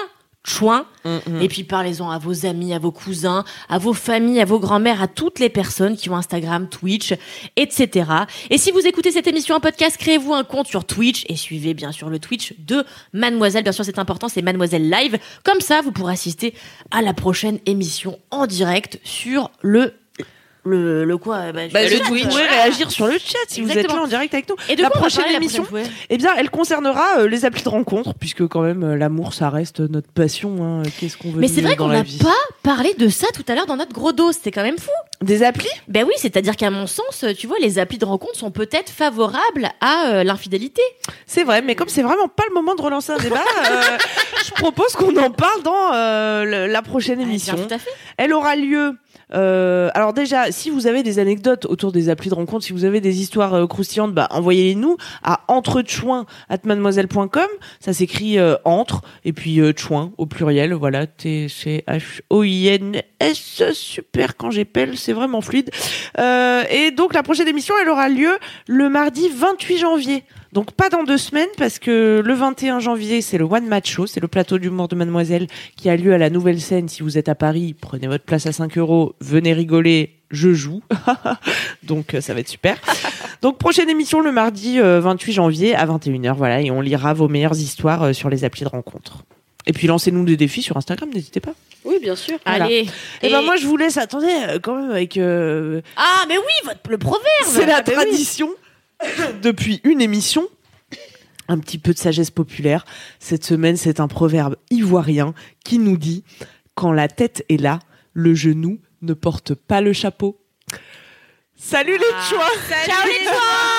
Mm, Et puis parlez-en à vos amis, à vos cousins, à vos familles, à vos grands-mères, à toutes les personnes qui ont Instagram, Twitch, et cetera. Et si vous écoutez cette émission en podcast, créez-vous un compte sur Twitch et suivez bien sûr le Twitch de Mademoiselle. Bien sûr, c'est important, c'est Mademoiselle Live. Comme ça, vous pourrez assister à la prochaine émission en direct sur le... Le, le quoi bah, Bah, le je chat, vous voilà. pourrez réagir sur le chat si vous êtes Exactement. là en direct avec nous. Et de la quoi on va prochaine parler la émission, prochaine fois eh bien, elle concernera euh, les applis de rencontre, puisque quand même euh, l'amour, ça reste notre passion. Hein. Qu'est-ce qu'on veut Mais de c'est mieux vrai dans qu'on la n'a vie. pas parlé de ça tout à l'heure dans notre gros dos. C'était quand même fou. Des applis. Ben oui, c'est-à-dire qu'à mon sens, tu vois, les applis de rencontre sont peut-être favorables à euh, l'infidélité. C'est vrai, mais comme c'est vraiment pas le moment de relancer un débat, euh, je propose qu'on en parle dans euh, le- la prochaine Ah, émission. bien, tout à fait. Elle aura lieu. Euh, alors déjà, si vous avez des anecdotes autour des applis de rencontre, si vous avez des histoires euh, croustillantes, bah envoyez-les nous à entrechouin arobase mademoiselle point com. Ça s'écrit euh, entre et puis euh, chouin au pluriel. Voilà, T C H O I N S. Super quand j'épelle, c'est vraiment fluide. Euh, et donc la prochaine émission, elle aura lieu le mardi vingt-huit janvier. Donc pas dans deux semaines parce que le vingt et un janvier c'est le One Match Show, c'est le plateau d'humour de Mademoiselle qui a lieu à la Nouvelle Scène. Si vous êtes à Paris, prenez votre place à cinq euros, venez rigoler, je joue. Donc euh, ça va être super. Donc prochaine émission le mardi euh, vingt-huit janvier à vingt et une heures, voilà, et on lira vos meilleures histoires euh, sur les applis de rencontre. Et puis lancez-nous des défis sur Instagram, n'hésitez pas. Oui, bien sûr. Voilà. Allez. Et, ben moi je vous laisse, attendez, euh, quand même avec... euh, Ah, mais oui, votre, le proverbe. C'est la Ah, ben oui. tradition depuis une émission. Un petit peu de sagesse populaire. Cette semaine, c'est un proverbe ivoirien qui nous dit « Quand la tête est là, le genou ne porte pas le chapeau ». Salut les chouins. Ciao les chouins.